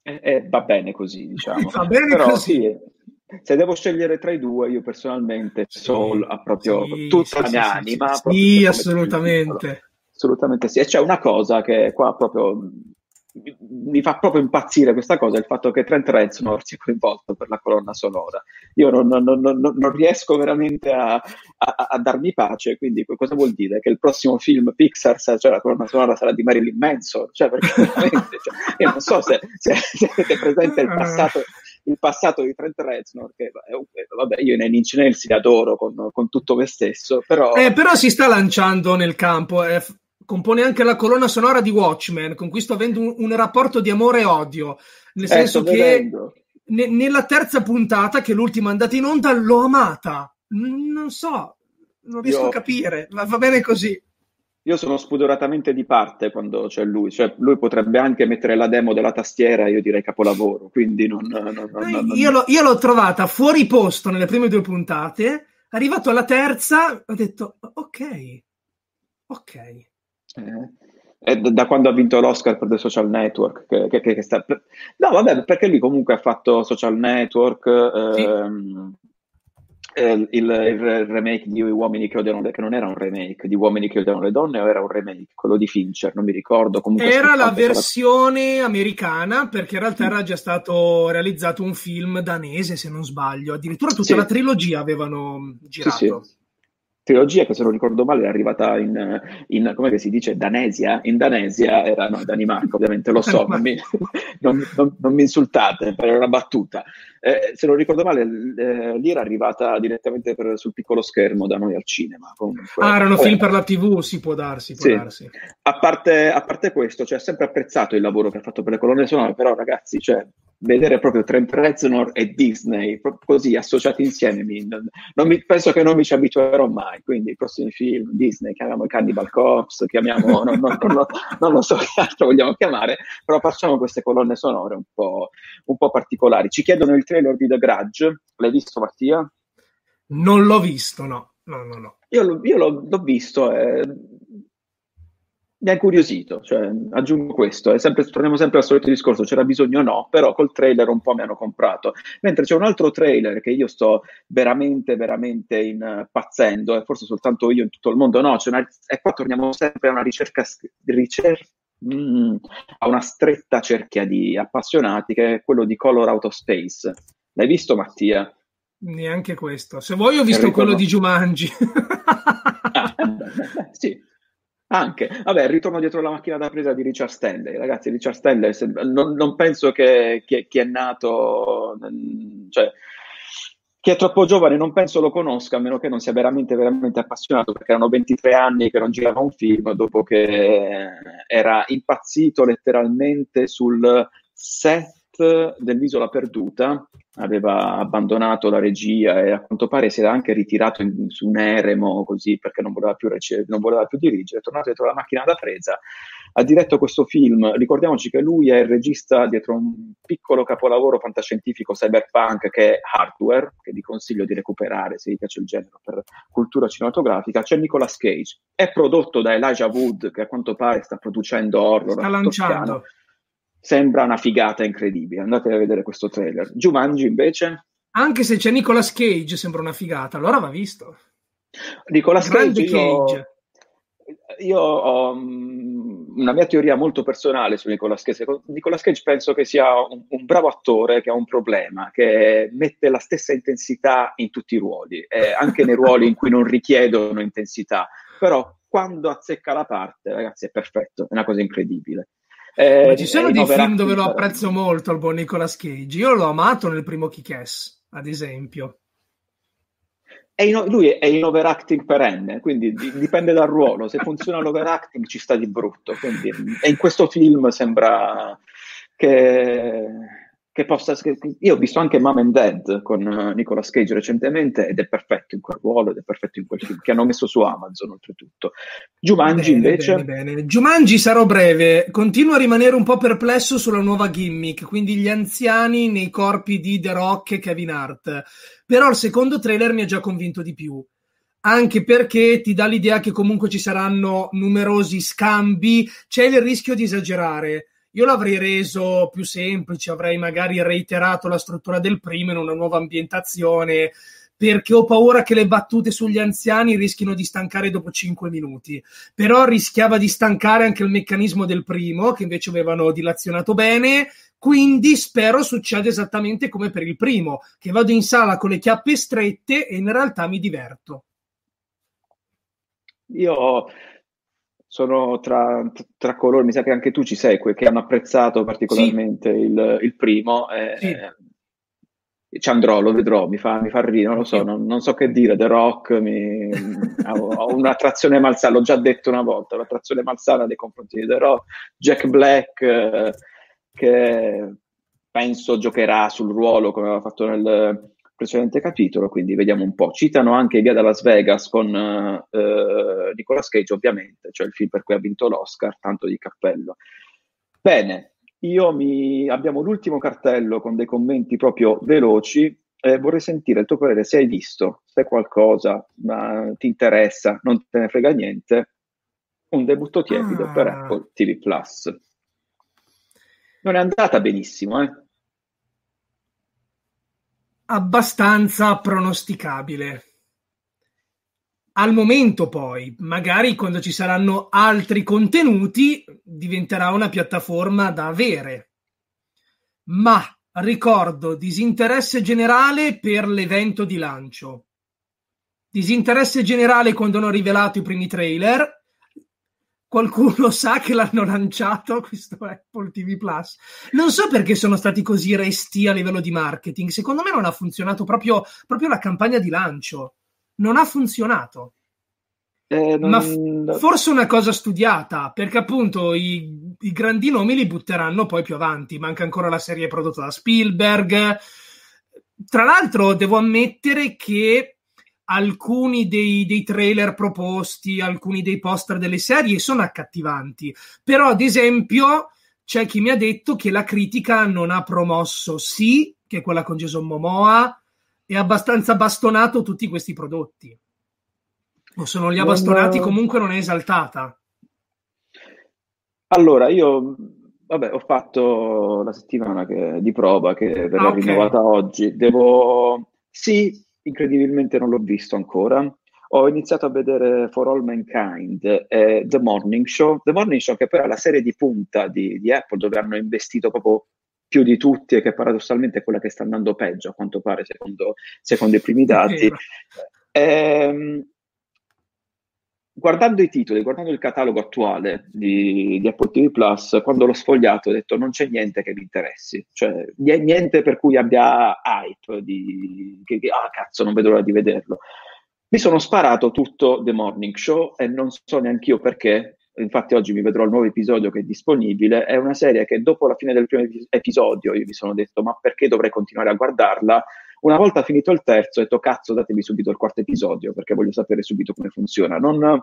E, e va bene così, diciamo. Va bene Però così. sì, se devo scegliere tra i due, io personalmente Sì, Soul ha proprio sì, tutta sì, la sì, mia sì, anima. sì, proprio sì, per come assolutamente. assolutamente sì. E c'è una cosa che qua proprio mi, mi fa proprio impazzire questa cosa, il fatto che Trent Reznor sia coinvolto per la colonna sonora. Io non, non- non- non- non riesco veramente a, a- a darmi pace, quindi cosa vuol dire? Che il prossimo film Pixar, sa- cioè la colonna sonora sarà di Marilyn Manson? Cioè, perché veramente, cioè, io non so se, se, se avete presente il passato, il passato di Trent Reznor, che eh, vabbè, io nei Inch Nails li adoro con, con tutto me stesso, però... Eh, però si sta lanciando nel campo, eh, f- compone anche la colonna sonora di Watchmen, con cui sto avendo un, un rapporto di amore e odio, nel Eh, senso sto che vedendo. ne- nella terza puntata, che è l'ultima andata in onda, l'ho amata. N- non so, non riesco Io- a capire, ma va bene così. Io sono spudoratamente di parte quando c'è lui, cioè lui potrebbe anche mettere la demo della tastiera, io direi capolavoro, quindi non... non- non- non- non- Io, l'ho, io l'ho trovata fuori posto nelle prime due puntate, arrivato alla terza, ho detto ok, ok. eh, è da da quando ha vinto l'Oscar per The Social Network, che, che- che- che sta... No, vabbè, perché lui comunque ha fatto Social Network, Sì. ehm, eh, il, il remake di Uomini che odiano le... che non era un remake di Uomini che odiano le donne, o era un remake, quello di Fincher, non mi ricordo, comunque Era la sfruttato quella- versione americana, perché in realtà era già stato realizzato un film danese, se non sbaglio. Addirittura tutta Sì. la trilogia avevano Sì, girato. sì. Trilogia che, se non ricordo male, è arrivata in, in come che si dice, Danesia? In Danesia era, no, Danimarca, ovviamente, lo so, non mi, non, non- non mi insultate, per una battuta. Eh, se non ricordo male, eh, lì era arrivata direttamente per- sul piccolo schermo da noi al cinema. Comunque, Ah, erano vabbè. film per la tivù, si può darsi, può Sì. darsi. A parte, a parte questo, cioè, ho sempre apprezzato il lavoro che ha fatto per le colonne sonore, però ragazzi, cioè, vedere proprio Trent Reznor e Disney proprio così associati insieme, mi- non, non mi- penso che non mi ci abituerò mai. Quindi i prossimi film Disney, chiamiamo i Cannibal Corpse, chiamiamo, non, non- non lo, non lo so che altro vogliamo chiamare, però facciamo queste colonne sonore un po', un po' particolari. Ci chiedono il trailer di The Grudge, l'hai visto, Mattia? Non l'ho visto, no. No, no, no. Io, l'ho- io l'ho, l'ho visto e mi ha incuriosito, cioè, aggiungo questo, è sempre, torniamo sempre al solito discorso, c'era bisogno o no, però col trailer un po' mi hanno comprato. Mentre c'è un altro trailer che io sto veramente, veramente impazzendo, e forse soltanto io in tutto il mondo, no, c'è una, e qua torniamo sempre a una ricerca, ricer- mm, a una stretta cerchia di appassionati, che è quello di Color Out of Space. L'hai visto, Mattia? Neanche questo. Se vuoi ho visto Enrico, quello no. di Jumanji. Ah, eh, beh, beh, beh, sì. Anche, vabbè, il ritorno dietro la macchina da presa di Richard Stanley, ragazzi. Richard Stanley, se- non, non penso che chi, chi è nato, mm, cioè, chi è troppo giovane, non penso lo conosca, a meno che non sia veramente, veramente appassionato, perché erano ventitré anni che non girava un film, dopo che era impazzito letteralmente sul set dell'Isola Perduta, aveva abbandonato la regia e a quanto pare si era anche ritirato in- su un eremo, così, perché non voleva più, rece- non voleva più dirigere, è tornato dietro la macchina da presa, ha diretto questo film. Ricordiamoci che lui è il regista dietro un piccolo capolavoro fantascientifico cyberpunk che è Hardware, che vi consiglio di recuperare se vi piace il genere per cultura cinematografica. C'è Nicolas Cage, è prodotto da Elijah Wood, che a quanto pare sta producendo horror Sta a tutto spiano. lanciando. Sembra una figata incredibile, andate a vedere questo trailer. Jumanji invece, Anche se c'è Nicolas Cage, sembra una figata, allora va visto. Nicolas Grande Cage, io, Cage. io ho mm, una mia teoria molto personale su Nicolas Cage. Nicolas Cage penso che sia un, un bravo attore che ha un problema, che mette la stessa intensità in tutti i ruoli, eh, anche nei ruoli in cui non richiedono intensità, però quando azzecca la parte, ragazzi, è perfetto, è una cosa incredibile. Eh, Ma ci sono è in dei film overacting dove lo per- apprezzo molto il buon Nicolas Cage. Io l'ho amato nel primo Kick-Ass, ad esempio. È in- lui è in overacting perenne, quindi di- dipende dal ruolo. Se funziona l'overacting ci sta di brutto. Quindi, e in questo film sembra che, che possa... che- io ho visto anche Mom and Dad con eh, Nicolas Cage recentemente ed è perfetto in quel ruolo ed è perfetto in quel film, che hanno messo su Amazon oltretutto. Jumanji Bene, invece... bene, bene. Jumanji sarò breve. Continuo a rimanere un po' perplesso sulla nuova gimmick, quindi gli anziani nei corpi di The Rock e Kevin Hart. Però il secondo trailer mi ha già convinto di più. Anche perché ti dà l'idea che comunque ci saranno numerosi scambi, c'è il rischio di esagerare. io l'avrei reso più semplice, avrei magari reiterato la struttura del primo in una nuova ambientazione, perché ho paura che le battute sugli anziani rischino di stancare dopo cinque minuti. Però rischiava di stancare anche il meccanismo del primo, che invece avevano dilazionato bene, quindi spero succeda esattamente come per il primo, che vado in sala con le chiappe strette e in realtà mi diverto. Io sono tra, tra coloro, mi sa che anche tu ci sei, que- che hanno apprezzato particolarmente sì. il, il primo. Eh, sì. Ci andrò, lo vedrò, mi fa, mi fa ridere, non lo so, non, non so che dire. The Rock, mi, ho, ho un'attrazione malsana, l'ho già detto una volta, un'attrazione malsana nei confronti di The Rock. Jack Black, eh, che penso giocherà sul ruolo come aveva fatto nel precedente capitolo, quindi vediamo un po'. Citano anche Via da Las Vegas con eh, Nicolas Cage, ovviamente, cioè il film per cui ha vinto l'Oscar, tanto di cappello. Bene. Io mi... abbiamo l'ultimo cartello con dei commenti proprio veloci. Eh, vorrei sentire il tuo parere, se hai visto, se qualcosa ma ti interessa, non te ne frega niente. Un debutto tiepido ah. per Apple T V Plus. Non è andata benissimo, eh? Abbastanza pronosticabile. Al momento poi, magari quando ci saranno altri contenuti, diventerà una piattaforma da avere. Ma ricordo disinteresse generale per l'evento di lancio. Disinteresse generale quando hanno rivelato i primi trailer. Qualcuno sa che l'hanno lanciato questo Apple T V Plus. Non so perché sono stati così resti a livello di marketing. Secondo me non ha funzionato proprio, proprio la campagna di lancio. Non ha funzionato. Eh, non... Ma f- forse una cosa studiata, perché appunto i, i grandi nomi li butteranno poi più avanti. Manca ancora la serie prodotta da Spielberg. Tra l'altro devo ammettere che alcuni dei, dei trailer proposti, alcuni dei poster delle serie sono accattivanti, però ad esempio c'è chi mi ha detto che la critica non ha promosso Sì, che è quella con Jason Momoa, e abbastanza bastonato tutti questi prodotti. O se non li ha bastonati, comunque non è esaltata. Allora, io vabbè, ho fatto la settimana che, di prova che verrà ah, okay. rinnovata oggi. Devo... Sì, incredibilmente non l'ho visto ancora. Ho iniziato a vedere For All Mankind e The Morning Show. The Morning Show, che poi è la serie di punta di, di Apple, dove hanno investito proprio più di tutti e che paradossalmente è quella che sta andando peggio, a quanto pare, secondo, secondo i primi dati. Ehm, guardando i titoli, guardando il catalogo attuale di, di Apple T V Plus, quando l'ho sfogliato ho detto non c'è niente che mi interessi, cioè niente per cui abbia hype, di, che, che ah cazzo non vedo l'ora di vederlo. Mi sono sparato tutto The Morning Show e non so neanche io perché. Infatti oggi mi vedrò il nuovo episodio che è disponibile. È una serie che dopo la fine del primo episodio io mi sono detto ma perché dovrei continuare a guardarla? Una volta finito il terzo ho detto cazzo datemi subito il quarto episodio perché voglio sapere subito come funziona. Non,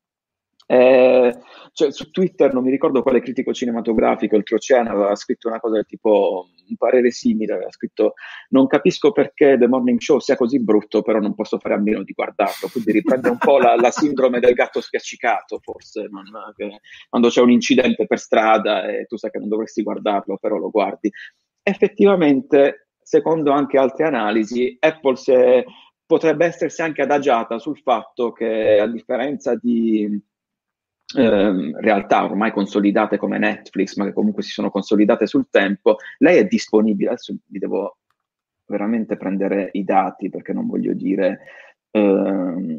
eh, cioè, su Twitter non mi ricordo quale critico cinematografico oltreoceano aveva scritto una cosa del tipo un parere simile, aveva scritto non capisco perché The Morning Show sia così brutto però non posso fare a meno di guardarlo, quindi riprende un po' la, la sindrome del gatto spiaccicato forse, non, che, quando c'è un incidente per strada e tu sai che non dovresti guardarlo però lo guardi. Effettivamente secondo anche altre analisi Apple si è, potrebbe essersi anche adagiata sul fatto che a differenza di Eh, realtà ormai consolidate come Netflix, ma che comunque si sono consolidate sul tempo, lei è disponibile. Adesso vi devo veramente prendere i dati perché non voglio dire ehm...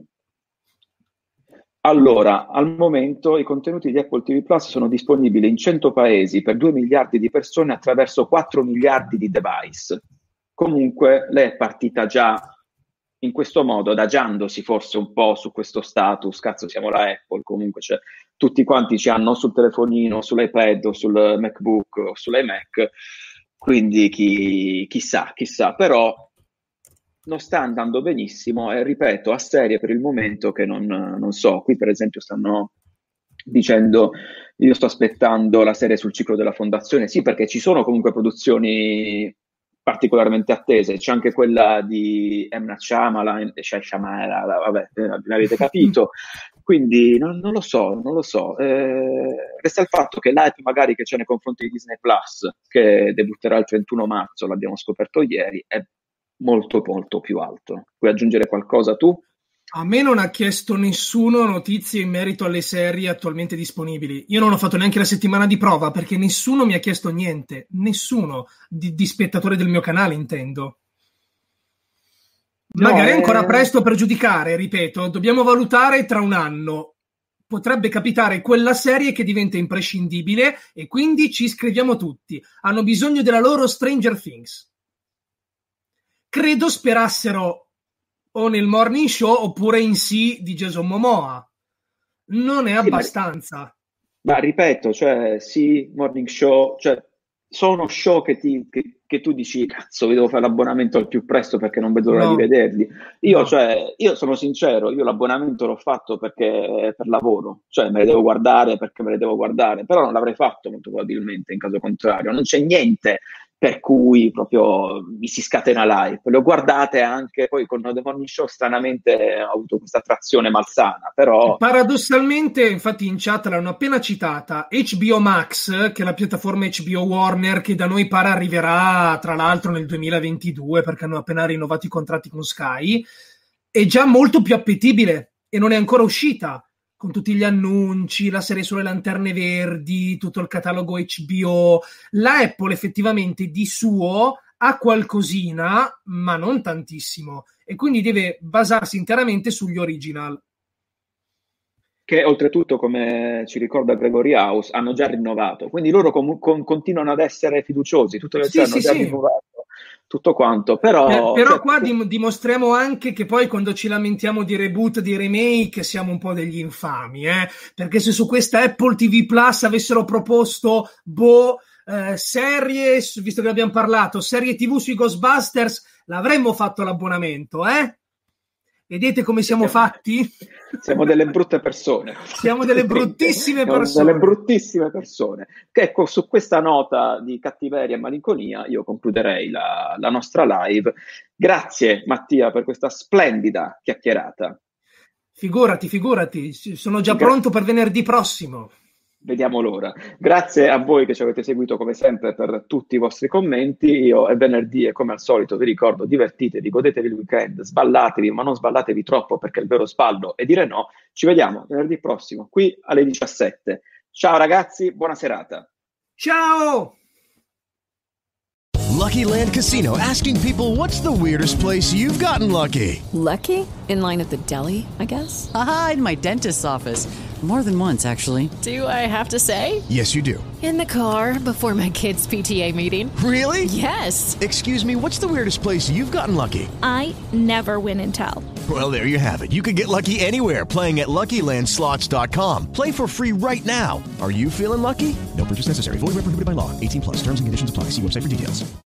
allora, al momento i contenuti di Apple T V Plus sono disponibili in cento paesi per due miliardi di persone attraverso quattro miliardi di device. Comunque lei è partita già in questo modo, adagiandosi forse un po' su questo status, cazzo siamo la Apple, comunque cioè, tutti quanti ci hanno sul telefonino, sull'iPad o sul MacBook o sull'iMac, quindi chi, chissà, chissà, però non sta andando benissimo e ripeto, a serie per il momento che non, non so, qui per esempio stanno dicendo io sto aspettando la serie sul ciclo della fondazione, sì perché ci sono comunque produzioni particolarmente attese. C'è anche quella di M. Night Shyamalan, cioè Shyamalan, vabbè, l'avete capito. Quindi non, non lo so, non lo so. Eh, resta il fatto che l'hype magari che c'è nei confronti di Disney Plus, che debutterà il trentuno marzo, l'abbiamo scoperto ieri, è molto molto più alto. Puoi aggiungere qualcosa tu? A me non ha chiesto nessuno notizie in merito alle serie attualmente disponibili. Io non ho fatto neanche la settimana di prova perché nessuno mi ha chiesto niente. Nessuno di, di spettatore del mio canale, intendo. No, Magari è eh... ancora presto per giudicare, ripeto, dobbiamo valutare tra un anno. Potrebbe capitare quella serie che diventa imprescindibile e quindi ci iscriviamo tutti. Hanno bisogno della loro Stranger Things. Credo sperassero o nel Morning Show oppure in sì di Jason Momoa. Non è sì, abbastanza. Ma, ma ripeto, cioè sì, Morning Show, cioè sono show che, ti, che, che tu dici cazzo, vi devo fare l'abbonamento al più presto perché non vedo l'ora No. di vederli. Io, No. cioè, io sono sincero, io l'abbonamento l'ho fatto perché per lavoro, cioè me le devo guardare perché me le devo guardare, però non l'avrei fatto molto probabilmente in caso contrario. Non c'è niente per cui proprio mi si scatena l'hype. Le ho guardate anche poi con The Morning Show, stranamente ho avuto questa attrazione malsana, però paradossalmente, infatti in chat l'hanno appena citata, H B O Max, che è la piattaforma H B O Warner che da noi pare arriverà tra l'altro nel duemilaventidue perché hanno appena rinnovato i contratti con Sky, è già molto più appetibile e non è ancora uscita, con tutti gli annunci, la serie sulle lanterne verdi, tutto il catalogo H B O. La Apple effettivamente di suo ha qualcosina, ma non tantissimo, e quindi deve basarsi interamente sugli original. Che oltretutto, come ci ricorda Gregory House, hanno già rinnovato, quindi loro com- com- continuano ad essere fiduciosi, tutte le Sì, hanno sì, già sì. rinnovato tutto quanto, però... Eh, però cioè, qua dim- dimostriamo anche che poi quando ci lamentiamo di reboot, di remake, siamo un po' degli infami, eh? Perché se su questa Apple T V Plus avessero proposto boh, eh, serie, visto che abbiamo parlato, serie tivù sui Ghostbusters, l'avremmo fatto l'abbonamento, eh? Vedete come siamo fatti? Siamo delle brutte persone. Siamo delle bruttissime Siamo persone. delle bruttissime persone. Che ecco, su questa nota di cattiveria e malinconia io concluderei la, la nostra live. Grazie Mattia per questa splendida chiacchierata. Figurati, figurati, sono già Gra- pronto per venerdì prossimo. Vediamo l'ora. Grazie a voi che ci avete seguito come sempre per tutti i vostri commenti. Io è venerdì e come al solito vi ricordo, divertitevi, godetevi il weekend, sballatevi, ma non sballatevi troppo perché il vero sballo è dire no. Ci vediamo venerdì prossimo qui alle diciassette. Ciao ragazzi, buona serata. Ciao! Lucky Land Casino, asking people, what's the weirdest place you've gotten lucky? Lucky? In line at the deli, I guess? Aha, in my dentist's office. More than once, actually. Do I have to say? Yes, you do. In the car before my kids' P T A meeting. Really? Yes. Excuse me, what's the weirdest place you've gotten lucky? I never win and tell. Well, there you have it. You can get lucky anywhere, playing at Lucky Land Slots dot com. Play for free right now. Are you feeling lucky? No purchase necessary. Void where prohibited by law. eighteen plus. Terms and conditions apply. See website for details.